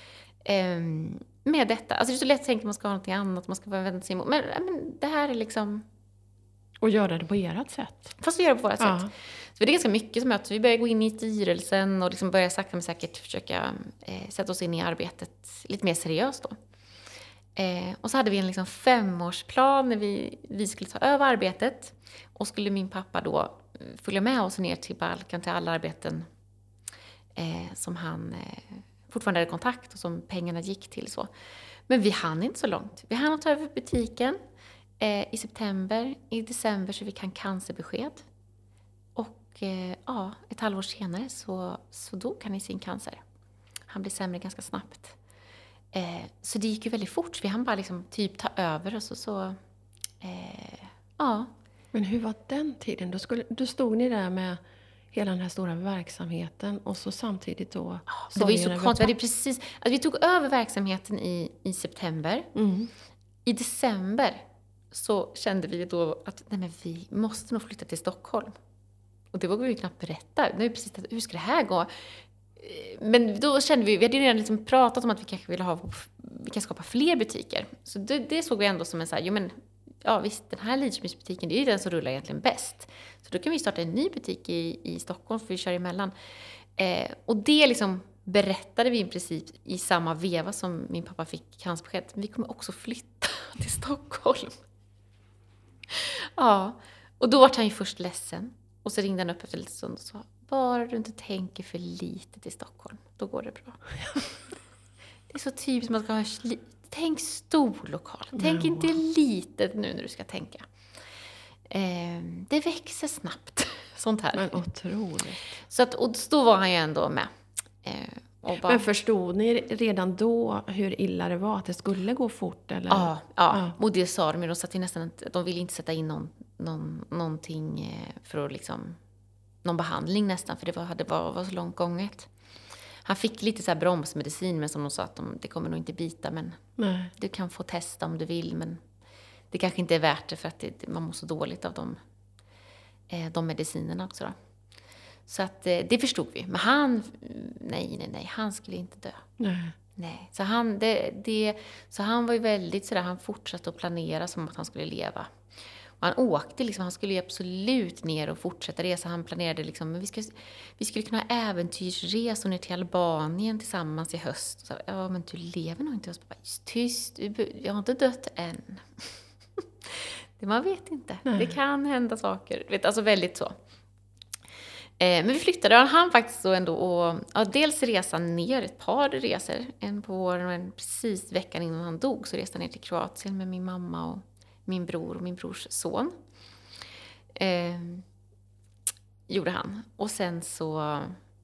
[SPEAKER 2] Med detta. Alltså det är så lätt att tänka att man ska ha någonting annat. Man ska vända sig emot. Men det här är liksom...
[SPEAKER 1] Och göra det på ert sätt.
[SPEAKER 2] Fast vi gör det på vårt sätt. Så det är ganska mycket som att vi börjar gå in i styrelsen och liksom börja sakta men säkert försöka sätta oss in i arbetet lite mer seriöst då. Och så hade vi en liksom 5-årsplan när vi skulle ta över arbetet. Och skulle min pappa då följa med oss ner till Balkan till alla arbeten som han fortfarande hade kontakt och som pengarna gick till så. Men vi hann inte så långt. Vi hann att ta över butiken i september. I december så fick han cancerbesked. Och ett halvår senare så dog han i sin cancer. Han blev sämre ganska snabbt. Så det gick ju väldigt fort. Vi hann bara liksom typ ta över och så
[SPEAKER 1] Men hur var den tiden? Då stod ni där med hela den här stora verksamheten och så samtidigt då...
[SPEAKER 2] det var ju så konstigt. Vi tog över verksamheten i september. I december så kände vi då att vi måste nog flytta till Stockholm. Och det vågade vi ju knappt berätta. Nu är precis hur ska det här gå? Men då kände vi hade redan liksom pratat om att vi kanske ville vi kan skapa fler butiker. Så det såg vi ändå som en så här, visst, den här Lidköpingsbutiken, det är ju den som rullar egentligen bäst. Så då kan vi starta en ny butik i Stockholm för vi kör emellan. Och det liksom berättade vi i princip i samma veva som min pappa fick cancerbesked. Vi kommer också flytta till Stockholm. Ja, och då var han ju först ledsen. Och så ringde han upp efter lite stund och sa, bara du inte tänker för lite till Stockholm, då går det bra. Det är så typiskt man ska ha tänk stor lokal. Tänk inte litet nu när du ska tänka. Det växer snabbt. Sånt här.
[SPEAKER 1] Men otroligt.
[SPEAKER 2] Så och då var han ju ändå med.
[SPEAKER 1] Men förstod ni redan då hur illa det var? Att det skulle gå fort? Eller?
[SPEAKER 2] Ja. Och det sa de ju. De satt ju nästan, de ville inte sätta in någonting för att liksom... Någon behandling nästan. För det var så långt gånget. Han fick lite så här bromsmedicin, men som de sa att det kommer nog inte bita. Men du kan få testa om du vill, men det kanske inte är värt det för att man mår så dåligt av de medicinerna också då. Så att det förstod vi. Men nej, han skulle inte dö. Nej. Så han var ju väldigt sådär, han fortsatte att planera som att han skulle leva. Och han åkte liksom, han skulle ju absolut ner och fortsätta resa. Han planerade liksom, men vi skulle kunna ha äventyrsresor ner till Albanien tillsammans i höst. Så, men du lever nog inte. Jag bara, tyst, jag har inte dött än. Man vet inte.
[SPEAKER 1] Nej.
[SPEAKER 2] Det kan hända saker. Vet, alltså väldigt så. Men vi flyttade och han faktiskt så ändå. Och, dels resan ner, ett par resor. En på våren och en precis veckan innan han dog. Så reste han ner till Kroatien med min mamma och min bror och min brors son. Gjorde han. Och sen så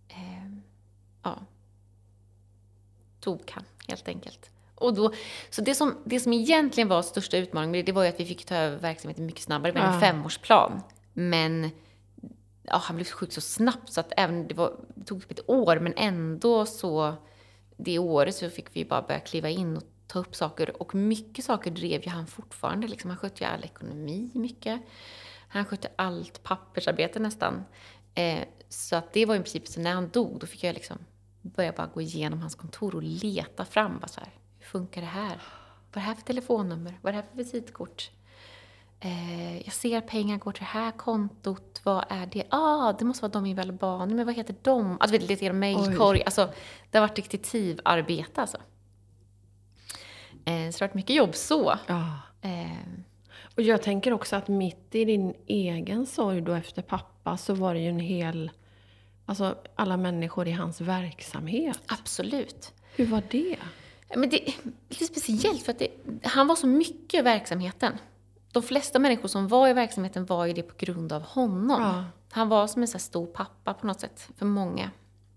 [SPEAKER 2] tog han helt enkelt. Och då, så det som egentligen var största utmaningen, det var ju att vi fick ta över verksamheten mycket snabbare med en 5-årsplan. Men han blev sjuk så snabbt så att även det tog upp ett år, men ändå så det året så fick vi bara börja kliva in och ta upp saker. Och mycket saker drev ju han fortfarande. Liksom, han skötte ju all ekonomi mycket. Han skötte allt pappersarbete nästan. Så att det var i princip så när han dog, då fick jag liksom börja bara gå igenom hans kontor och leta fram. Bara så här, hur funkar det här? Vad är det här för telefonnummer? Vad är det här för visitkort? Jag ser pengar går till det här kontot. Vad är det? Det måste vara de i Albanien. Men vad heter de? Alltså lite genom mejlkorg. Alltså, det har varit detektivarbete alltså. Så det har varit mycket jobb så.
[SPEAKER 1] Och jag tänker också att mitt i din egen sorg då efter pappa så var det ju en hel... Alltså alla människor i hans verksamhet.
[SPEAKER 2] Absolut.
[SPEAKER 1] Hur var det?
[SPEAKER 2] Men det är lite speciellt för att han var så mycket i verksamheten. De flesta människor som var i verksamheten var ju det på grund av honom. Ja. Han var som en så här stor pappa på något sätt för många.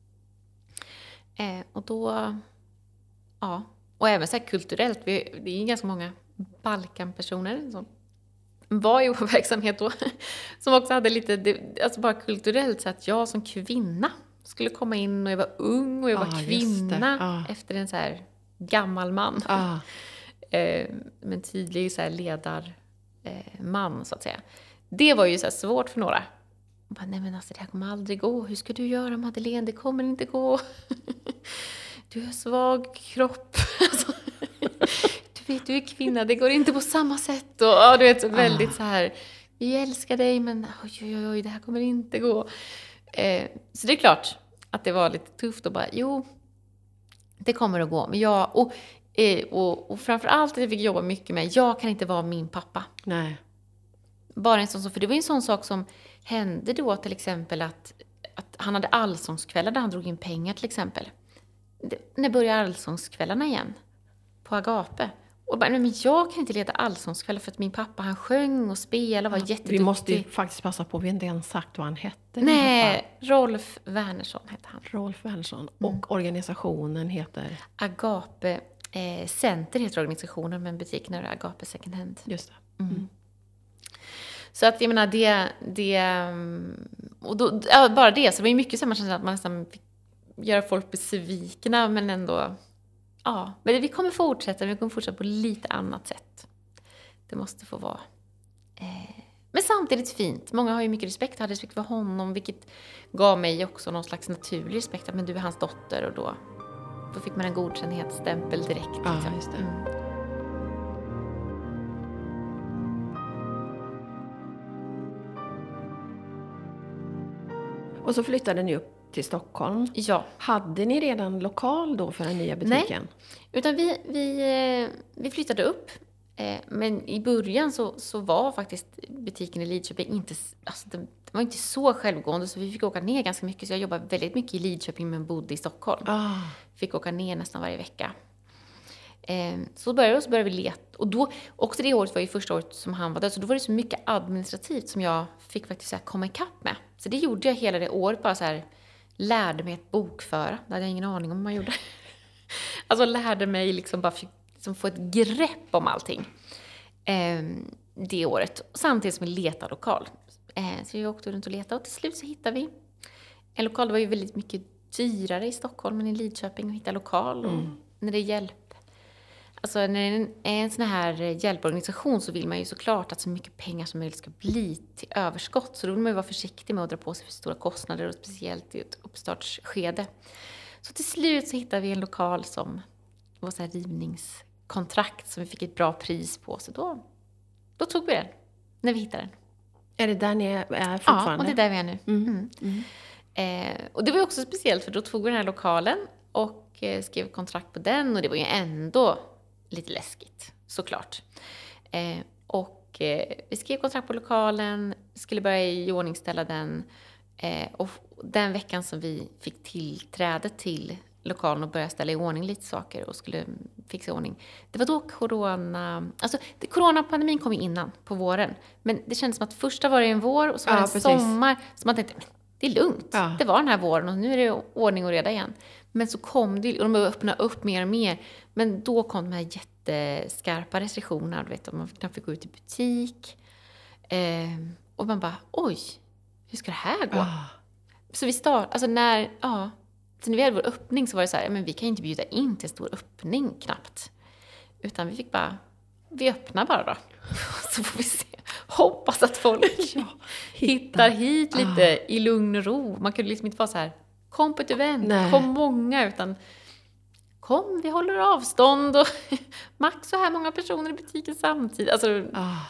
[SPEAKER 2] Och då... Ja. Och även så här kulturellt. Det är ju ganska många Balkanpersoner som var i vår verksamhet då. Som också hade lite... Alltså bara kulturellt så att jag som kvinna skulle komma in och jag var ung och jag var kvinna efter en så här gammal man. Men tydlig så här ledarman så att säga. Det var ju så här svårt för några. Bara, nej men alltså det här kommer aldrig gå. Hur ska du göra Madeleine? Det kommer inte gå. Du har svag kropp. Alltså, du vet, du är kvinna. Det går inte på samma sätt. Och du vet, väldigt så här. Vi älskar dig men oj, det här kommer inte gå. Så det är klart att det var lite tufft och bara, jo, det kommer att gå. Men och framförallt att jag fick jobba mycket med, jag kan inte vara min pappa.
[SPEAKER 1] Nej.
[SPEAKER 2] Bara en sån, för det var en sån sak som hände då till exempel att han hade allsångskvällar där han drog in pengar till exempel. När började allsångskvällarna igen? På Agape. Och bara, nej, men jag kan inte leda allsångskvällar för att min pappa han sjöng och spelade och var jätteduktig.
[SPEAKER 1] Vi måste ju faktiskt passa på, vi har inte ens sagt vad han hette.
[SPEAKER 2] Nej, Rolf Wernersson hette han.
[SPEAKER 1] Rolf Wernersson. Och organisationen heter?
[SPEAKER 2] Agape Center heter organisationen, men butiken är Agape Second Hand.
[SPEAKER 1] Just det. Mm.
[SPEAKER 2] Så att jag menar det och då, bara det, så det var ju mycket så man kände att man nästan fick göra folk besvikna, men ändå men vi kommer fortsätta på lite annat sätt. Det måste få vara men samtidigt fint. Många har ju mycket respekt, hade respekt för honom, vilket gav mig också någon slags naturlig respekt, att men du är hans dotter, och då fick man en godkännhetsstämpel direkt.
[SPEAKER 1] Ja,
[SPEAKER 2] liksom.
[SPEAKER 1] just det. Och så flyttade ni upp till Stockholm.
[SPEAKER 2] Ja.
[SPEAKER 1] Hade ni redan lokal då för den nya butiken?
[SPEAKER 2] Nej, utan vi flyttade upp. Men i början så var faktiskt butiken i Lidköping inte... Alltså det var inte så självgående, så vi fick åka ner ganska mycket. Så jag jobbade väldigt mycket i Lidköping men bodde i Stockholm. Fick åka ner nästan varje vecka. Så började vi leta. Och då, också det året var ju första året som han var där. Så då var det så mycket administrativt som jag fick faktiskt så här komma ikapp med. Så det gjorde jag hela det året, bara så här... Lärde mig att bokföra. Det hade jag ingen aning om man gjorde. Alltså lärde mig liksom bara liksom få ett grepp om allting. Det året. Samtidigt som vi letade lokal. Så vi åkte runt och letade. Och till slut så hittade vi en lokal. Det var ju väldigt mycket dyrare i Stockholm än i Lidköping att hitta lokal. Och när det är hjälp. Alltså när det är en sån här hjälporganisation så vill man ju såklart att så mycket pengar som möjligt ska bli till överskott. Så då vill man ju vara försiktig med att dra på sig för stora kostnader, och speciellt i ett uppstartsskede. Så till slut så hittade vi en lokal som var så här rivningskontrakt som vi fick ett bra pris på. Så då tog vi den när vi hittade den.
[SPEAKER 1] Är det där ni är fortfarande?
[SPEAKER 2] Ja, och det är där vi är nu. Och det var ju också speciellt, för då tog vi den här lokalen och skrev kontrakt på den. Och det var ju ändå lite läskigt, såklart. Och vi skrev kontrakt på lokalen, skulle börja iordningställa den. Och den veckan som vi fick tillträde till lokalen och började ställa i ordning lite saker och skulle fixa i ordning. Det var då coronapandemin kom ju innan, på våren. Men det kändes som att första var det en vår och så var det en sommar. Så man tänkte, det är lugnt. Ja. Det var den här våren och nu är det ordning och reda igen. Men så kom det, och de började öppna upp mer och mer. Men då kom de här jätteskarpa restriktionerna. Du vet, man knappt fick gå ut i butik. Och man bara, oj, hur ska det här gå? Så vi så när vi hade vår öppning så var det så här, men vi kan inte bjuda in till en stor öppning knappt. Utan vi fick vi öppnar bara då. Så får vi se. Hoppas att folk hittar hit lite i lugn och ro. Man kunde liksom inte vara så här, kom på ett event, kom många, utan kom, vi håller avstånd och max så här många personer i butiken samtidigt. Alltså,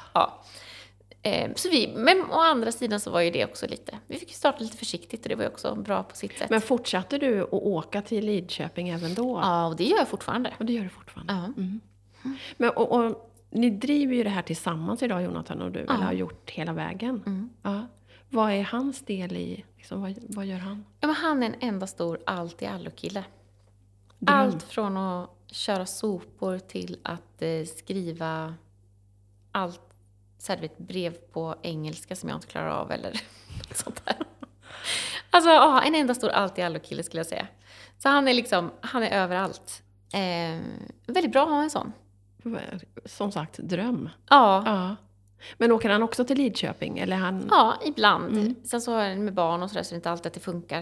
[SPEAKER 2] Så men å andra sidan så var ju det också lite, vi fick starta lite försiktigt och det var ju också bra på sitt sätt.
[SPEAKER 1] Men fortsatte du att åka till Lidköping även då?
[SPEAKER 2] Ja, och det gör jag fortfarande.
[SPEAKER 1] Och det gör du fortfarande? Ja. Mm. Men och ni driver ju det här tillsammans idag, Jonathan och du, eller har gjort hela vägen. Mm. Ja. Vad är hans del i, liksom, vad gör han?
[SPEAKER 2] Ja, men han är en enda stor allt-i-allo-kille. Allt från att köra sopor till att skriva allt. Så här, ett brev på engelska som jag inte klarar av eller sånt där. Alltså, en enda stor allt-i-allo-kille skulle jag säga. Så han är överallt. Väldigt bra att ha en sån.
[SPEAKER 1] Som sagt, dröm.
[SPEAKER 2] Ja.
[SPEAKER 1] Men åker han också till Lidköping? Eller han...
[SPEAKER 2] Ja, ibland. Sen så är det med barn och sådär så det är inte alltid att det funkar.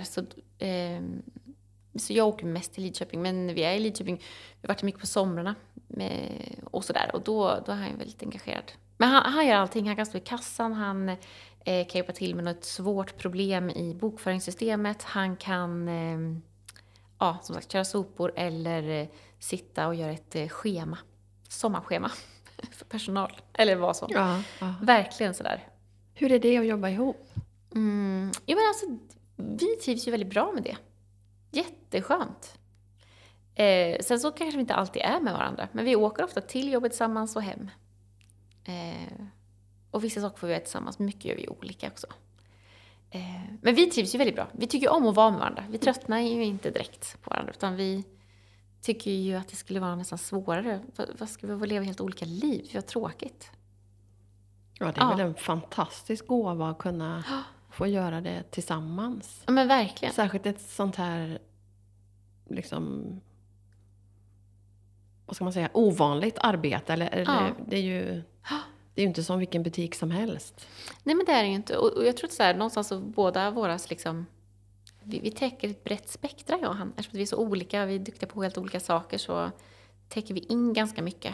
[SPEAKER 2] Så jag åker mest till Lidköping. Men vi är i Lidköping. Vi har varit mycket på somrarna. Och sådär. Och då är han väldigt engagerad. Men han gör allting. Han kan stå i kassan. Han kan hjälpa till med något svårt problem i bokföringssystemet. Han kan som sagt köra sopor eller sitta och göra ett schema. Sommarschema för personal. Eller vad som. Ja. Verkligen sådär.
[SPEAKER 1] Hur är det att jobba ihop?
[SPEAKER 2] Jo, men alltså, vi trivs ju väldigt bra med det. Jätteskönt. Sen så kanske vi inte alltid är med varandra. Men vi åker ofta till jobbet tillsammans och hem. Och vissa saker får vi göra tillsammans. Mycket gör vi olika också. Men vi trivs ju väldigt bra. Vi tycker om att vara med varandra. Vi tröttnar ju inte direkt på varandra. Utan vi tycker ju att det skulle vara nästan svårare. Vad ska vi leva helt olika liv? Det är tråkigt.
[SPEAKER 1] Ja, det är väl en fantastisk gåva att kunna få göra det tillsammans.
[SPEAKER 2] Ja, men verkligen.
[SPEAKER 1] Särskilt ett sånt här liksom, vad ska man säga, ovanligt arbete. Eller det är ju inte som vilken butik som helst.
[SPEAKER 2] Nej, men det är det ju inte. Och jag tror att så här, någonstans så båda våras liksom, vi täcker ett brett spektra, jag och han. Eftersom vi är så olika, vi är duktiga på helt olika saker, så täcker vi in ganska mycket.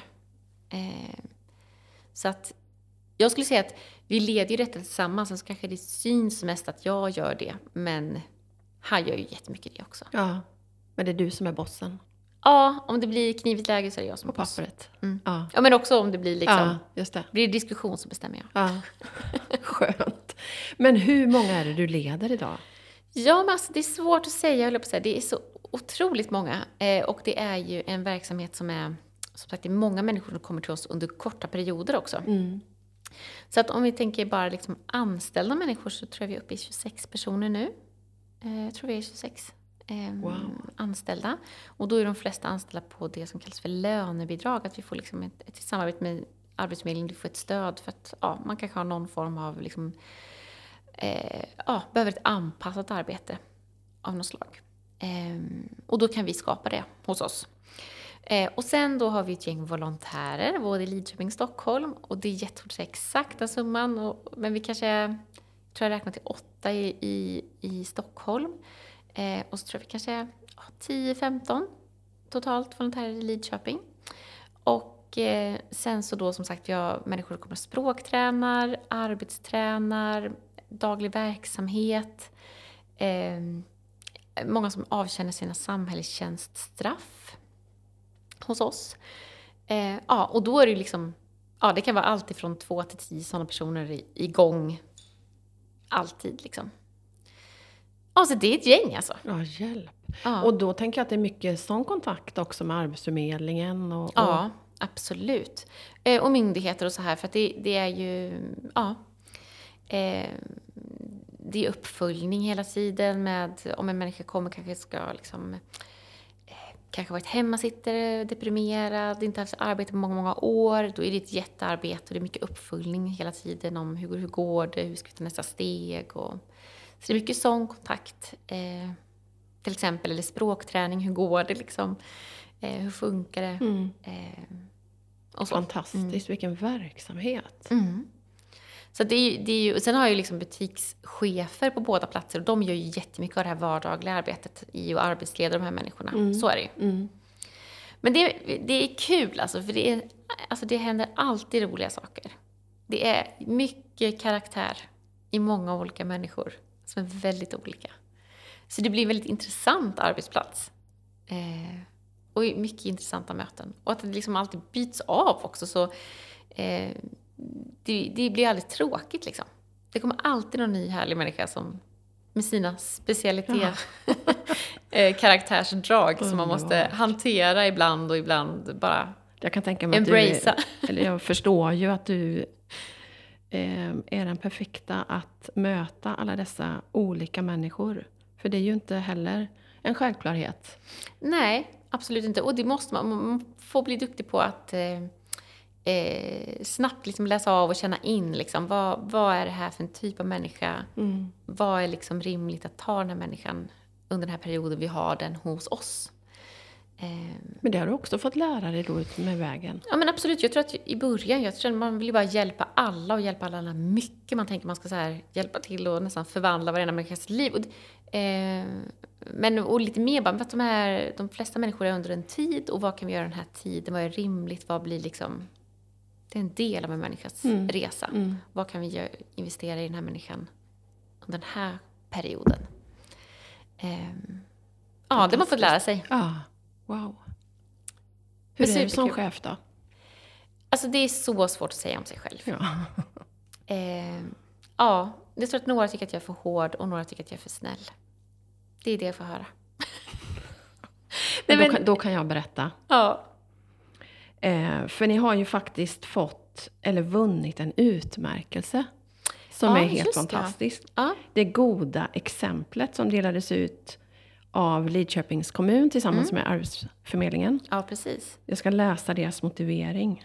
[SPEAKER 2] Så att jag skulle säga att vi leder ju detta tillsammans, så kanske det syns mest att jag gör det. Men han gör ju jättemycket det också.
[SPEAKER 1] Ja, men det är du som är bossen.
[SPEAKER 2] Ja, om det blir knivigt läge så är det jag som är boss.
[SPEAKER 1] På pappret.
[SPEAKER 2] Ja, men också om det blir liksom,
[SPEAKER 1] just det.
[SPEAKER 2] Blir det diskussion så bestämmer jag.
[SPEAKER 1] Ja, skönt. Men hur många är det du leder idag?
[SPEAKER 2] Ja, men alltså, det är svårt att säga, jag på att säga. Det är så otroligt många. Och det är ju en verksamhet som är, som sagt, det är många människor som kommer till oss under korta perioder också. Så att om vi tänker bara liksom anställda människor, så tror jag vi är uppe i 26 personer nu. Jag tror vi är 26 anställda. Och då är de flesta anställda på det som kallas för lönebidrag. Att vi får liksom ett samarbete med Arbetsförmedlingen, du får ett stöd för att man kanske har någon form av liksom, behöver ett anpassat arbete av något slag. Och då kan vi skapa det hos oss. Och sen då har vi ett gäng volontärer, både i Lidköping och Stockholm. Och det är jättesvårt att säga exakta summan. Men vi kanske, tror jag räknar till 8 i Stockholm. Och så tror jag vi kanske 10-15 totalt volontärer i Lidköping. Och sen så då som sagt, vi har människor som kommer språktränar, arbetstränar, daglig verksamhet. Många som avkänner sina samhällstjänststraff hos oss. Och då är det liksom, det kan vara allt ifrån 2 till 10 sådana personer igång. Alltid liksom. Så det är ett gäng alltså.
[SPEAKER 1] Ja, hjälp. Och då tänker jag att det är mycket sån kontakt också med Arbetsförmedlingen.
[SPEAKER 2] absolut. Och myndigheter och så här, för att det är ju, ja, det är uppföljning hela tiden med om en människa kanske ska liksom, kanske varit hemmasittare, deprimerad, inte haft arbete på många, många år. Då är det ett jättearbete och det är mycket uppföljning hela tiden om hur går det, hur ska vi ta nästa steg. Så det är mycket sån kontakt, till exempel, eller språkträning, hur går det liksom, hur funkar det. Och så.
[SPEAKER 1] Fantastiskt, vilken verksamhet.
[SPEAKER 2] Så det är ju, sen har jag ju liksom butikschefer på båda platser och de gör ju jättemycket av det här vardagliga arbetet i att arbetsleda de här människorna. Så är det ju. Men det är kul alltså, för det händer alltid roliga saker. Det är mycket karaktär i många olika människor som är väldigt olika. Så det blir en väldigt intressant arbetsplats. Och mycket intressanta möten. Och att det liksom alltid byts av också, så det blir aldrig tråkigt liksom. Det kommer alltid någon ny härlig människa som med sina specialiteter, karaktärsdrag som man måste hantera ibland och ibland bara
[SPEAKER 1] jag kan tänka mig
[SPEAKER 2] embracea.
[SPEAKER 1] Eller jag förstår ju att du är den perfekta att möta alla dessa olika människor. För det är ju inte heller en självklarhet.
[SPEAKER 2] Nej, absolut inte. Och det måste man får bli duktig på att snabbt liksom läsa av och känna in liksom, vad är det här för en typ av människa? Vad är liksom rimligt att ta den här människan under den här perioden vi har den hos oss?
[SPEAKER 1] Men det har du också fått lära dig då ut med vägen.
[SPEAKER 2] Ja, men absolut. Jag tror att i början, man vill ju bara hjälpa alla och hjälpa alla mycket. Man tänker man ska så här hjälpa till och nästan förvandla varenda människas liv. Och lite mer bara, för att de flesta människor är under en tid, och vad kan vi göra den här tiden? Vad är rimligt? Vad blir liksom, det är en del av en människas resa. Vad kan vi investera i den här människan under den här perioden? Det har man fått lära sig.
[SPEAKER 1] Ja, wow. Hur är du som chef då?
[SPEAKER 2] Alltså det är så svårt att säga om sig själv. Jag tror att några tycker att jag är för hård och några tycker att jag är för snäll. Det är det jag får höra.
[SPEAKER 1] Då kan jag berätta.
[SPEAKER 2] Ja.
[SPEAKER 1] För ni har ju faktiskt vunnit en utmärkelse som är helt fantastisk.
[SPEAKER 2] Ja.
[SPEAKER 1] Det goda exemplet som delades ut av Lidköpings kommun tillsammans med Arbetsförmedlingen.
[SPEAKER 2] Ja, precis.
[SPEAKER 1] Jag ska läsa deras motivering.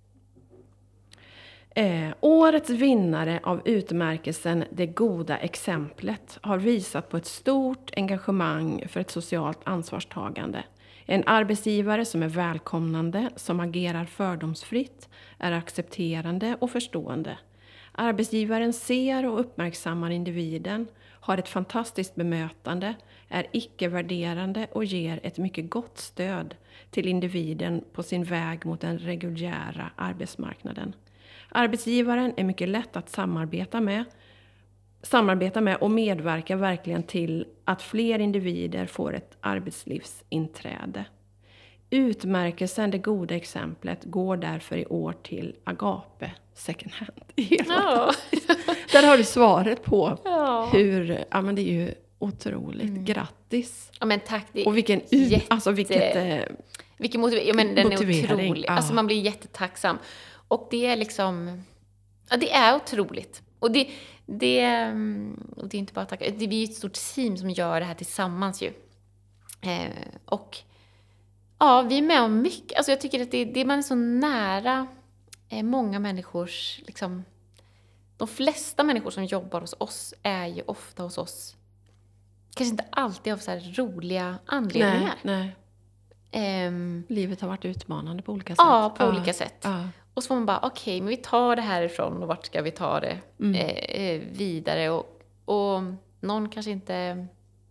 [SPEAKER 1] Årets vinnare av utmärkelsen Det goda exemplet har visat på ett stort engagemang för ett socialt ansvarstagande. En arbetsgivare som är välkomnande, som agerar fördomsfritt, är accepterande och förstående. Arbetsgivaren ser och uppmärksammar individen, har ett fantastiskt bemötande, är icke-värderande och ger ett mycket gott stöd till individen på sin väg mot den reguljära arbetsmarknaden. Arbetsgivaren är mycket lätt att samarbeta med och medverkar verkligen till att fler individer får ett arbetslivsinträde. Utmärkelsen Det goda exemplet går därför i år till Agape Second Hand. Där har du svaret på hur, ja men det är ju otroligt. Grattis.
[SPEAKER 2] Ja men tack.
[SPEAKER 1] Och vilken
[SPEAKER 2] motivering. Men den är otrolig.
[SPEAKER 1] Ja.
[SPEAKER 2] Alltså man blir jättetacksam. Och det är liksom, ja det är otroligt. Och det är inte bara tack. Det är ett stort team som gör det här tillsammans ju. Och ja, vi är med om mycket. Alltså jag tycker att det man är så nära många människors, liksom, de flesta människor som jobbar hos oss är ju ofta hos oss. Kanske inte alltid av så här roliga anledningar.
[SPEAKER 1] Nej. Livet har varit utmanande på olika sätt.
[SPEAKER 2] Ja, på olika sätt.
[SPEAKER 1] Ja.
[SPEAKER 2] Och så får man bara, okej, men vi tar det härifrån och vart ska vi ta det vidare? Och någon kanske inte...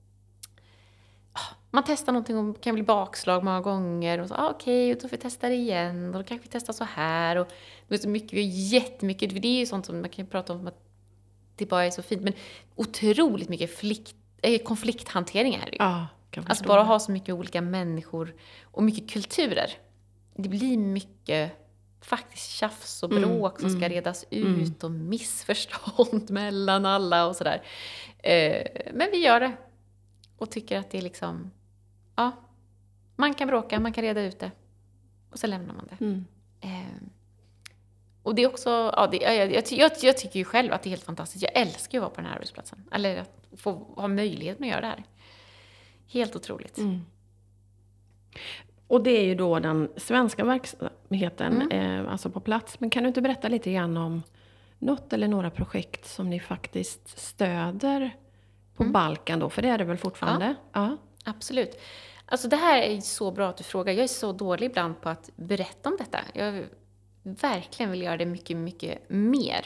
[SPEAKER 2] Man testar någonting och kan bli bakslag många gånger. Och så, okej, då får vi testa det igen. Och då kanske vi testar så här. Och det är så mycket, vi har jättemycket. För det är ju sånt som man kan prata om att det bara är så fint. Men otroligt mycket konflikthantering är det ju.
[SPEAKER 1] Ja,
[SPEAKER 2] alltså bara ha så mycket olika människor och mycket kulturer. Det blir mycket faktiskt tjafs och bråk som ska redas ut och missförstånd mellan alla och sådär. Men vi gör det. Och tycker att det är liksom, ja, man kan bråka, man kan reda ut det. Och så lämnar man det. Och det är också, jag tycker ju själv att det är helt fantastiskt. Jag älskar ju att vara på den här arbetsplatsen. Eller att få ha möjligheten att göra det här. Helt otroligt.
[SPEAKER 1] Och det är ju då den svenska verksamheten, alltså på plats. Men kan du inte berätta lite grann om något eller några projekt som ni faktiskt stöder på Balkan då? För det är det väl fortfarande?
[SPEAKER 2] Ja. Absolut. Alltså det här är så bra att du frågar. Jag är så dålig ibland på att berätta om detta. Jag verkligen vill göra det mycket, mycket mer.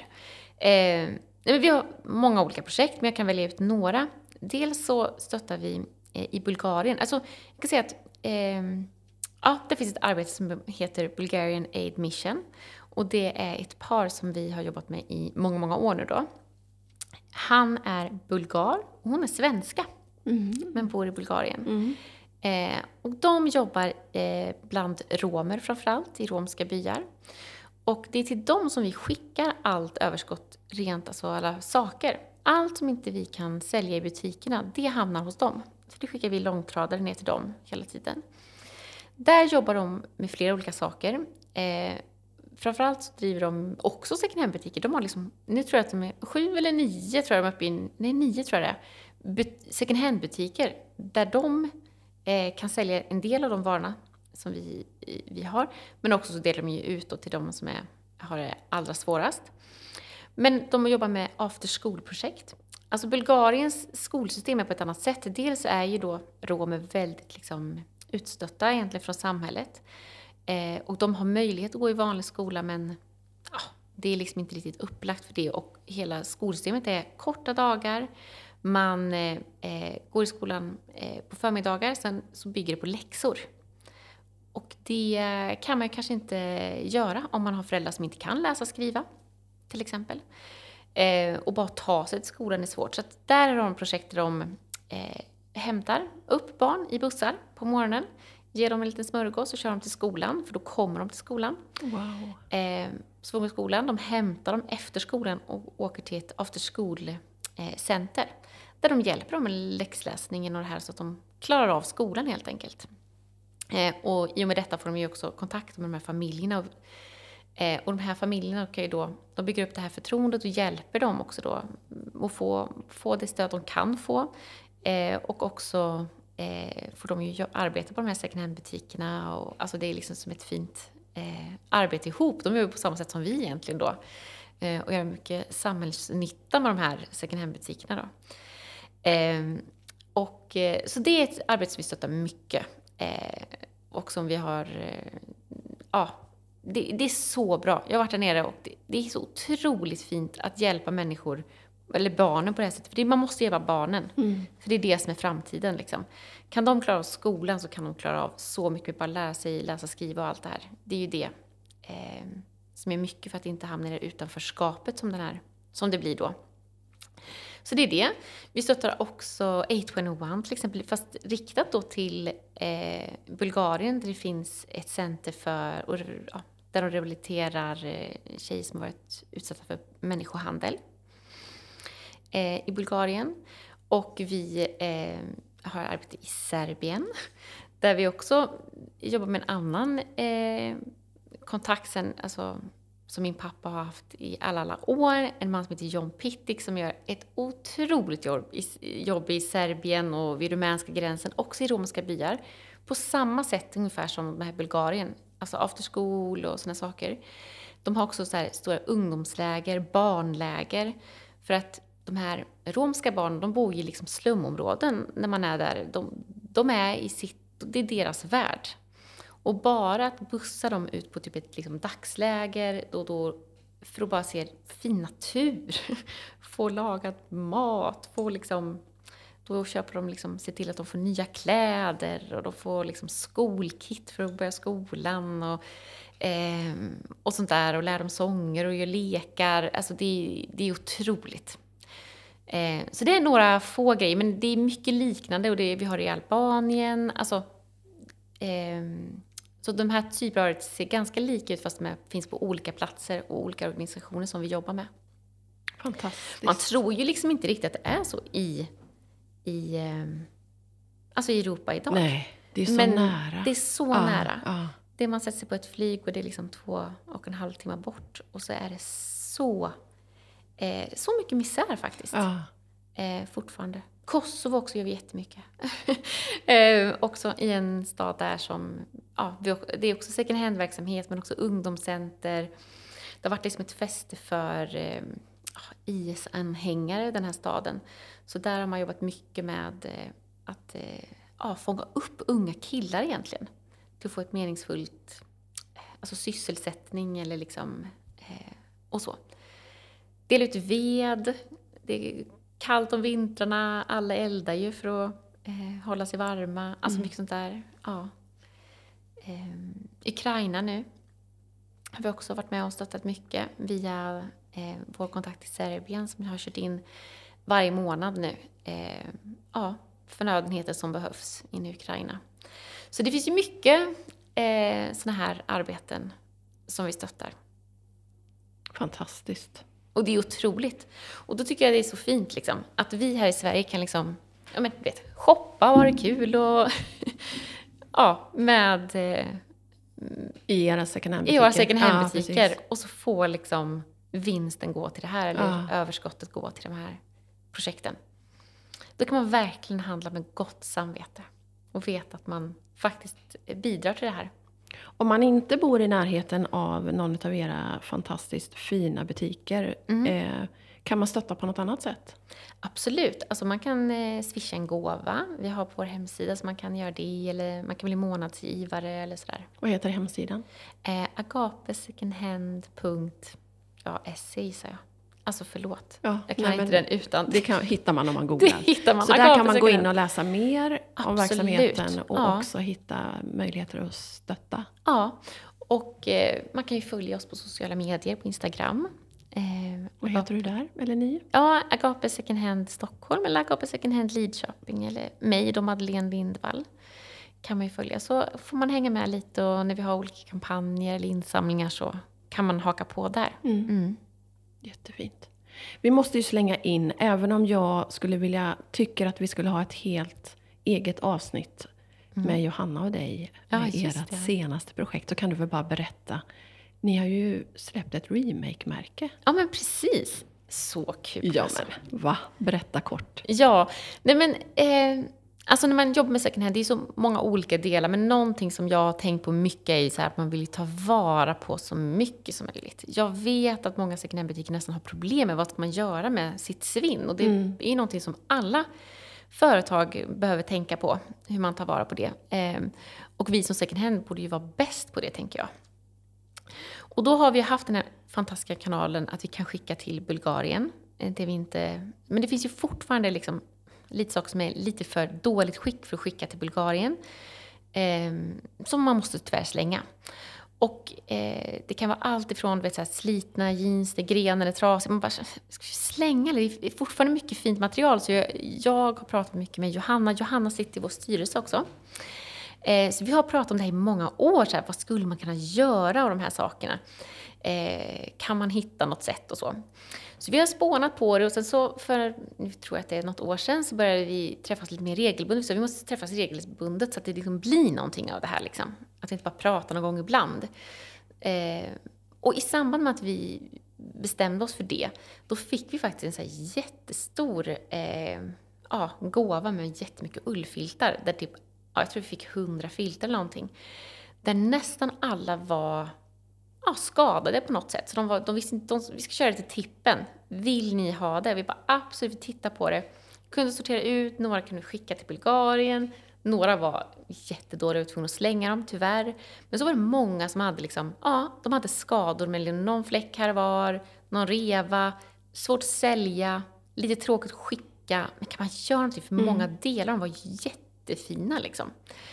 [SPEAKER 2] Vi har många olika projekt, men jag kan välja ut några. Dels så stöttar vi i Bulgarien. Alltså, jag kan säga att det finns ett arbete som heter Bulgarian Aid Mission. Och det är ett par som vi har jobbat med i många, många år nu då. Han är bulgar och hon är svenska, men bor i Bulgarien. Och de jobbar bland romer framförallt, i romska byar. Och det är till dem som vi skickar allt överskott, rent alltså alla saker. Allt som inte vi kan sälja i butikerna, det hamnar hos dem. Så det skickar vi långtradare ner till dem hela tiden. Där jobbar de med flera olika saker. Framförallt så driver de också second hand-butiker. De har liksom, nu tror jag att de är 7 eller 9 tror jag de är uppe i, nej 9 tror jag det är. Second hand-butiker där de kan sälja en del av de varorna som vi har. Men också så delar de ju ut då till de som har det allra svårast. Men de jobbar med after school-projekt. Alltså Bulgariens skolsystem är på ett annat sätt. Dels är ju då romer väldigt liksom utstötta egentligen från samhället. Och de har möjlighet att gå i vanlig skola, men det är liksom inte riktigt upplagt för det. Och hela skolsystemet är korta dagar. Man går i skolan på förmiddagar, sen så bygger det på läxor. Och det kan man ju kanske inte göra om man har föräldrar som inte kan läsa och skriva, till exempel. Och bara ta sig till skolan är svårt. Så att där är de projekt där de hämtar upp barn i bussar på morgonen. Ger dem en liten smörgås och kör dem till skolan, för då kommer de till skolan.
[SPEAKER 1] Wow.
[SPEAKER 2] Så får de skolan, de hämtar dem efter skolan och åker till ett after school center. Där de hjälper dem med läxläsningen och det här så att de klarar av skolan helt enkelt. Och i och med detta får de ju också kontakt med de här familjerna. Och de här familjerna kan ju då, de bygger upp det här förtroendet och hjälper dem också då att få det stöd de kan få. Och också får de ju arbeta på de här second hand-butikerna. Och, alltså det är liksom som ett fint arbete ihop. De gör ju på samma sätt som vi egentligen då. Och gör mycket samhällsnytta med de här second hand-butikerna då. Så det är ett arbete som vi stöttar mycket. Och som vi har... Det är så bra. Jag har varit där nere och det är så otroligt fint att hjälpa människor, eller barnen på det här sättet. För man måste hjälpa barnen. För det är det som är framtiden. Liksom. Kan de klara av skolan så kan de klara av så mycket. Bara lära sig läsa, skriva och allt det här. Det är ju det som är mycket för att inte hamna i det utanförskapet som det blir då. Så det är det. Vi stöttar också A21 till exempel, fast riktat då till Bulgarien där det finns ett center där de rehabiliterar tjejer som har varit utsatta för människohandel i Bulgarien. Och vi har arbete i Serbien där vi också jobbar med en annan kontakt sen, alltså, som min pappa har haft i alla år. En man som heter John Pittig som gör ett otroligt jobb i Serbien och vid rumänska gränsen, också i romska byar. På samma sätt ungefär som med Bulgarien. Alltså after school och såna saker. De har också så här stora ungdomsläger, barnläger. För att de här romska barnen, de bor i liksom slumområden när man är där. De är i det är deras värld. Och bara att bussa dem ut på typ ett liksom dagsläger då för att bara se fin natur, få lagad mat, få liksom, då köper de liksom, se till att de får nya kläder och de får liksom skolkit för att börja skolan och sånt där, och lär dem sånger och gör lekar. Alltså det är otroligt. Så det är några få grejer, men det är mycket liknande, och vi har det i Albanien, alltså så de här typerna av rörelser ser ganska lika ut, fast de finns på olika platser och olika organisationer som vi jobbar med.
[SPEAKER 1] Fantastiskt.
[SPEAKER 2] Man tror ju liksom inte riktigt att det är så i Europa idag.
[SPEAKER 1] Nej, det är så
[SPEAKER 2] men
[SPEAKER 1] nära.
[SPEAKER 2] Det är så nära. Ja. Det man sätter sig på ett flyg och det är liksom 2,5 timmar bort. Och så är det så mycket misär faktiskt.
[SPEAKER 1] Ja.
[SPEAKER 2] Fortfarande. Kosovo också gör vi jättemycket. Också i en stad där som, det är också second hand-verksamhet men också ungdomscenter. Det har varit liksom ett fäste för IS-anhängare, den här staden. Så där har man jobbat mycket med att fånga upp unga killar egentligen. Till att få ett meningsfullt sysselsättning eller liksom, och så. Dela ut ved, det är kallt om vintrarna, alla eldar ju för att hålla sig varma. Alltså mycket sånt där. Ja. Ukraina nu har vi också varit med och stöttat mycket via vår kontakt i Serbien som har kört in varje månad nu. Förnödenheter som behövs in i Ukraina. Så det finns ju mycket såna här arbeten som vi stöttar.
[SPEAKER 1] Fantastiskt.
[SPEAKER 2] Och det är otroligt. Och då tycker jag det är så fint liksom, att vi här i Sverige kan liksom, shoppa och ha det kul och med
[SPEAKER 1] i era second hand-butiker.
[SPEAKER 2] I våra second hand-butiker. Och så får liksom vinsten gå till det här eller överskottet gå till de här projekten. Då kan man verkligen handla med gott samvete och veta att man faktiskt bidrar till det här.
[SPEAKER 1] Om man inte bor i närheten av någon av era fantastiskt fina butiker, kan man stötta på något annat sätt?
[SPEAKER 2] Absolut. Alltså man kan swisha en gåva. Vi har på vår hemsida så man kan göra det. Eller man kan bli månadsgivare eller sådär.
[SPEAKER 1] Vad heter hemsidan?
[SPEAKER 2] agapesecondhand.se gissar jag. Alltså förlåt.
[SPEAKER 1] Ja,
[SPEAKER 2] jag kan inte den utan.
[SPEAKER 1] Det hittar man om man googlar.
[SPEAKER 2] Det hittar man.
[SPEAKER 1] Så där kan man gå in och läsa mer om verksamheten och
[SPEAKER 2] Ja.
[SPEAKER 1] också hitta möjligheter att stötta.
[SPEAKER 2] Ja, och man kan ju följa oss på sociala medier på Instagram.
[SPEAKER 1] Vad heter du där? Eller ni?
[SPEAKER 2] Ja, Agape Second Hand Stockholm eller Agape Second Hand Lidköping eller mig då, Madeleine Lindvall. Kan man ju följa. Så får man hänga med lite och när vi har olika kampanjer eller insamlingar så kan man haka på där.
[SPEAKER 1] Jättefint. Vi måste ju slänga in, även om jag tycker att vi skulle ha ett helt eget avsnitt med Johanna och dig med ert senaste projekt, så kan du väl bara berätta. Ni har ju släppt ett remake-märke.
[SPEAKER 2] Ja, men precis. Så kul.
[SPEAKER 1] Ja, men va? Berätta kort.
[SPEAKER 2] Ja, nej men alltså när man jobbar med second hand, det är så många olika delar, men någonting som jag har tänkt på mycket är så här att man vill ta vara på så mycket som möjligt. Jag vet att många second hand-butiker nästan har problem med vad ska man göra med sitt svinn, och det är någonting som alla företag behöver tänka på, hur man tar vara på det. Och vi som second hand borde ju vara bäst på det, tänker jag. Och då har vi haft den här fantastiska kanalen att vi kan skicka till Bulgarien. Men det finns ju fortfarande liksom lite saker som är lite för dåligt skick för att skicka till Bulgarien. Som man måste tyvärr slänga. Och det kan vara allt ifrån så här, slitna jeans, det grenar eller trasiga. Man bara ska slänga det. Det är fortfarande mycket fint material. Så jag har pratat mycket med Johanna. Johanna sitter i vår styrelse också. Så vi har pratat om det här i många år. Så här, vad skulle man kunna göra av de här sakerna? Kan man hitta något sätt och så? Så vi har spånat på det, och sen så nu tror jag att det är något år sedan, så började vi träffas lite mer regelbundet. Så vi måste träffas regelbundet så att det liksom blir någonting av det här. Liksom. Att inte bara prata någon gång ibland. Och i samband med att vi bestämde oss för det, då fick vi faktiskt en så här jättestor gåva med jättemycket ullfiltar. Där typ, jag tror vi fick 100 filtar eller någonting. Där nästan alla var skadade på något sätt. Så de visste inte, vi ska köra det till tippen. Vill ni ha det? Vi bara absolut, vi tittar på det. Kunde sortera ut, några kunde skicka till Bulgarien. Några var jättedåliga och tvungna att slänga dem, tyvärr. Men så var det många som hade de hade skador med någon fläck här var, någon reva, svårt att sälja, lite tråkigt att skicka. Men kan man göra någonting för många delar? De var jättefina liksom.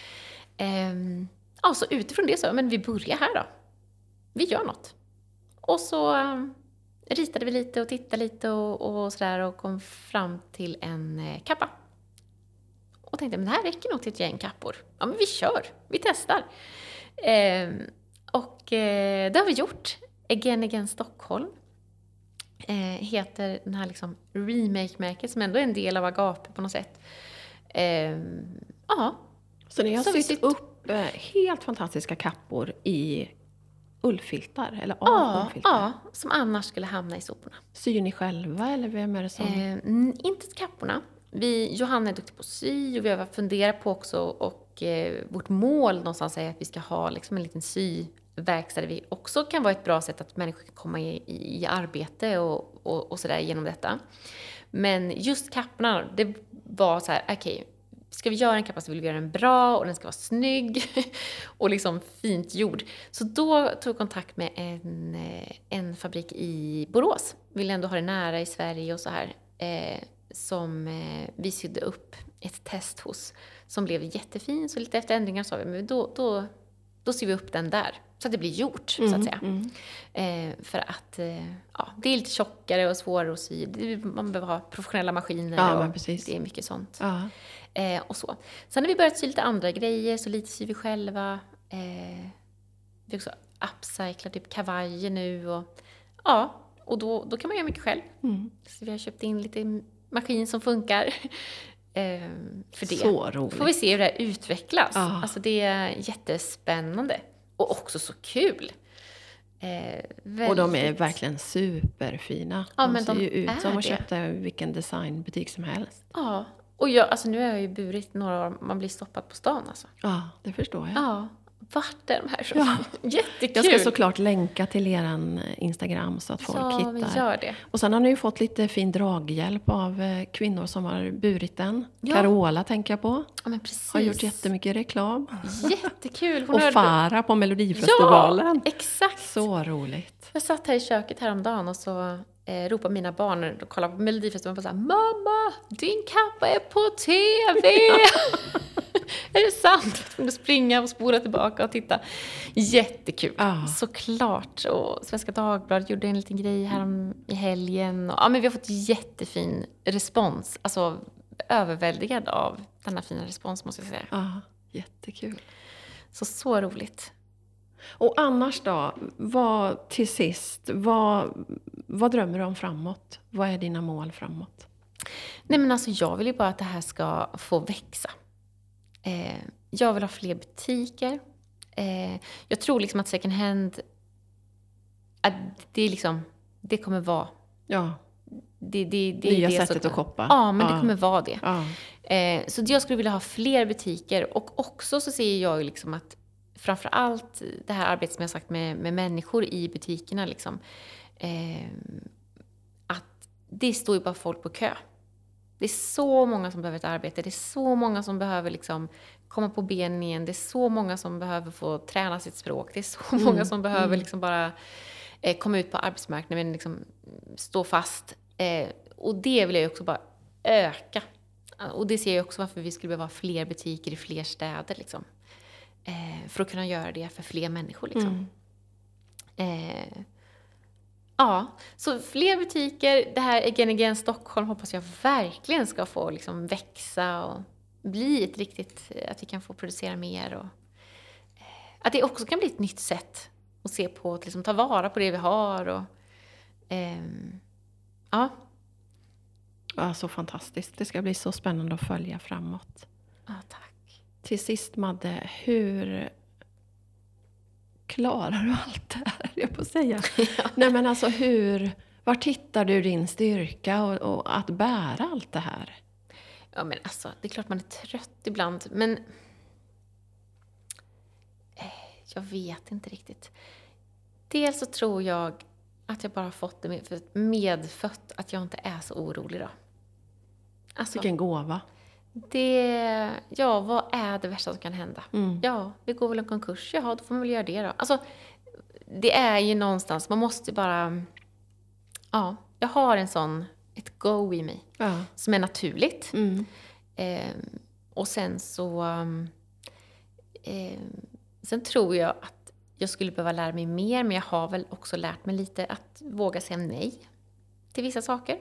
[SPEAKER 2] Så utifrån det så, men vi börjar här då. Vi gör något. Och så ritade vi lite och tittade lite och sådär och kom fram till en kappa. Och tänkte, men det här räcker nog till ett gäng kappor. Ja, men vi kör. Vi testar. Det har vi gjort. Again Stockholm heter den här liksom remake-märket som ändå är en del av Agape på något sätt.
[SPEAKER 1] Så ni har sytt upp helt fantastiska kappor i ullfiltar, eller av ullfiltar.
[SPEAKER 2] Ja, som annars skulle hamna i soporna.
[SPEAKER 1] Syr ni själva, eller vem är det som...
[SPEAKER 2] Inte kapporna. Johanna är duktig på att sy, och vi har funderat på också, och vårt mål någonstans är att vi ska ha liksom en liten syverkstad där vi också kan vara ett bra sätt att människor kan komma i arbete och sådär genom detta. Men just kapporna, det var så här, okej, ska vi göra en kappa så vill vi göra den bra och den ska vara snygg och liksom fint gjord. Så då tog jag kontakt med en fabrik i Borås. Vill ändå ha det nära i Sverige och så här. Som vi sydde upp ett test hos. Som blev jättefin. Så lite efter ändringar sa vi, men då syr vi upp den där. Så att det blir gjort, så att säga. För att det är lite tjockare och svårare att sy. Man behöver ha professionella maskiner.
[SPEAKER 1] Ja,
[SPEAKER 2] och
[SPEAKER 1] precis.
[SPEAKER 2] det är mycket sånt.
[SPEAKER 1] Ja.
[SPEAKER 2] Och så. Sen har vi börjat sy lite andra grejer. Så lite syr vi själva. Vi har också upcyclat typ kavajer nu. Och då kan man göra mycket själv. Så vi har köpt in lite maskin som funkar. För det.
[SPEAKER 1] Så roligt.
[SPEAKER 2] Får vi se hur det här utvecklas. Alltså det är jättespännande. Och också så kul.
[SPEAKER 1] Och de är verkligen superfina.
[SPEAKER 2] Ja,
[SPEAKER 1] de
[SPEAKER 2] men
[SPEAKER 1] ser
[SPEAKER 2] de
[SPEAKER 1] ju ut
[SPEAKER 2] är
[SPEAKER 1] som att
[SPEAKER 2] det.
[SPEAKER 1] köpta vilken designbutik som helst.
[SPEAKER 2] Ja. Och nu har jag ju burit några år. Man blir stoppad på stan alltså.
[SPEAKER 1] Ja, det förstår jag.
[SPEAKER 2] Ja. Vart är de här så?
[SPEAKER 1] Ja.
[SPEAKER 2] Jättekul.
[SPEAKER 1] Jag ska såklart länka till eran Instagram så att folk hittar.
[SPEAKER 2] Vi gör det.
[SPEAKER 1] Och sen har ni ju fått lite fin draghjälp av kvinnor som har burit den.
[SPEAKER 2] Ja.
[SPEAKER 1] Carola tänker jag på.
[SPEAKER 2] Ja, men precis.
[SPEAKER 1] Har gjort jättemycket reklam.
[SPEAKER 2] Jättekul.
[SPEAKER 1] Och Farah på Melodifestivalen.
[SPEAKER 2] Ja, exakt.
[SPEAKER 1] Så roligt.
[SPEAKER 2] Jag satt här i köket häromdagen och så ropade mina barn och kollade på Melodifestivalen och sa: mamma, din kappa är på TV! Är det sant? Jag måste springa och spola tillbaka och titta. Jättekul. Såklart. Och Svenska Dagbladet gjorde en liten grej här i helgen. Och, men vi har fått jättefin respons. Alltså överväldigad av denna fina respons, måste jag säga.
[SPEAKER 1] Ja, jättekul.
[SPEAKER 2] Så roligt.
[SPEAKER 1] Och annars då? Till sist, vad drömmer du om framåt? Vad är dina mål framåt?
[SPEAKER 2] Nej, men alltså jag vill ju bara att det här ska få växa. Jag vill ha fler butiker. Jag tror liksom att second hand, att det kommer vara.
[SPEAKER 1] Ja.
[SPEAKER 2] Det
[SPEAKER 1] nya
[SPEAKER 2] är
[SPEAKER 1] sättet att shoppa.
[SPEAKER 2] Ja, men det kommer vara det.
[SPEAKER 1] Ja.
[SPEAKER 2] Så jag skulle vilja ha fler butiker. Och också så ser jag liksom att framförallt det här arbetet som jag har sagt med människor i butikerna. Liksom, att det står ju bara folk på kö. Det är så många som behöver ett arbete. Det är så många som behöver liksom komma på benen igen. Det är så många som behöver få träna sitt språk. Det är så många som behöver liksom bara komma ut på arbetsmarknaden, men liksom stå fast. Och det vill jag också bara öka. Och det ser jag också varför vi skulle behöva fler butiker i fler städer. Liksom. För att kunna göra det för fler människor. Liksom. Ja, så fler butiker. Det här Again Stockholm hoppas jag verkligen ska få liksom växa och bli ett riktigt, att vi kan få producera mer. Och, att det också kan bli ett nytt sätt att se på, att liksom ta vara på det vi har. Och, ja.
[SPEAKER 1] Ja, så fantastiskt. Det ska bli så spännande att följa framåt.
[SPEAKER 2] Ja, tack.
[SPEAKER 1] Till sist, Madde, hur klarar du allt det här, jag får säga?
[SPEAKER 2] Ja.
[SPEAKER 1] Nej, men alltså var hittar du din styrka och att bära allt det här?
[SPEAKER 2] Ja, men alltså, det är klart man är trött ibland, men jag vet inte riktigt. Dels så tror jag att jag bara fått det medfött att jag inte är så orolig då. Alltså,
[SPEAKER 1] Vilken gåva.
[SPEAKER 2] Vad är det värsta som kan hända? Ja, vi går väl en konkurs. Ja, då får man väl göra det då. Alltså, det är ju någonstans, man måste bara... Ja, jag har ett go i mig.
[SPEAKER 1] Ja.
[SPEAKER 2] Som är naturligt. Och sen så... sen tror jag att jag skulle behöva lära mig mer, men jag har väl också lärt mig lite att våga säga nej till vissa saker.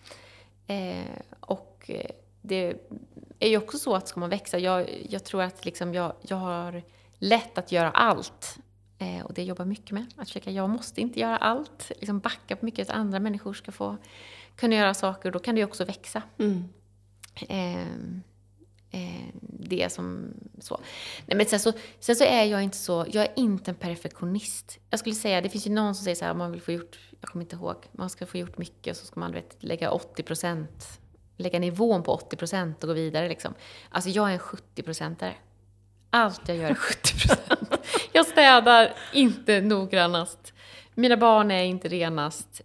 [SPEAKER 2] Och det är ju också så att ska man växa, jag tror att liksom jag har lätt att göra allt. Och det jobbar mycket med. Att försöka, jag måste inte göra allt. Liksom backa på mycket, att andra människor ska få kunna göra saker. Och då kan det ju också växa. det som så. Nej, men sen så är jag inte så, jag är inte en perfektionist. Jag skulle säga, det finns ju någon som säger så här, man vill få gjort, jag kommer inte ihåg, man ska få gjort mycket och så ska man lägga 80%, lägga nivån på 80% och gå vidare liksom. Alltså jag är en 70%are. Allt jag gör är 70%. Jag städar inte noggrannast. Mina barn är inte renast.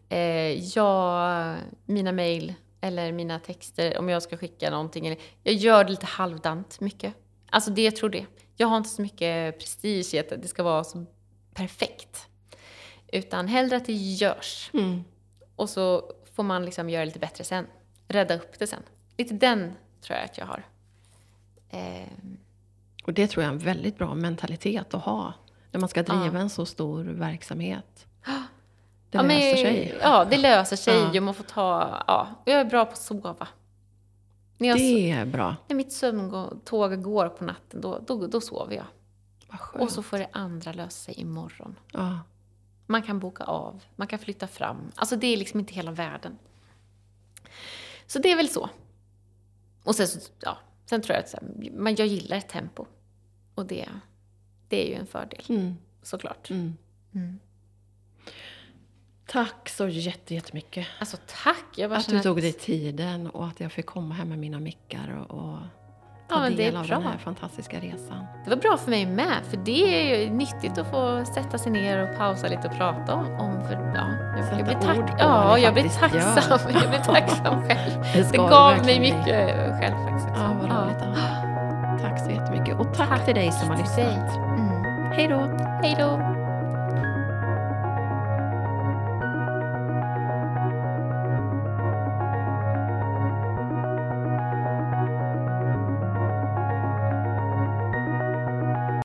[SPEAKER 2] Mina mejl eller mina texter, om jag ska skicka någonting. Jag gör det lite halvdant mycket. Alltså jag tror det. Jag har inte så mycket prestige i att det ska vara så perfekt. Utan hellre att det görs. Mm. Och så får man liksom göra lite bättre sen. Rädda upp det sen. Lite den tror jag att jag har.
[SPEAKER 1] Och det tror jag är en väldigt bra mentalitet att ha. När man ska driva en så stor verksamhet. Det löser sig.
[SPEAKER 2] Ja, det löser sig. Och man får jag är bra på att sova.
[SPEAKER 1] Det är bra.
[SPEAKER 2] När mitt sömntåg går på natten, då sover jag.
[SPEAKER 1] Vad skönt.
[SPEAKER 2] Och så får det andra lösa sig imorgon.
[SPEAKER 1] Ja.
[SPEAKER 2] Man kan boka av. Man kan flytta fram. Alltså det är liksom inte hela världen. Så det är väl så. Och sen tror jag att jag gillar ett tempo. Och det är ju en fördel. Såklart.
[SPEAKER 1] Tack så jättemycket.
[SPEAKER 2] Alltså tack.
[SPEAKER 1] Att du tog dig tiden och att jag fick komma hem med mina mickar och ta del av den här fantastiska resan.
[SPEAKER 2] Det var bra för mig med, för det är ju nyttigt att få sätta sig ner och pausa lite och prata om jag blir tacksam. Jag blir tacksam själv. Det gav mig mycket själv faktiskt.
[SPEAKER 1] Ja, vad roligt. Tack så jättemycket. Och tack till dig som har lyssnat.
[SPEAKER 2] Hej då.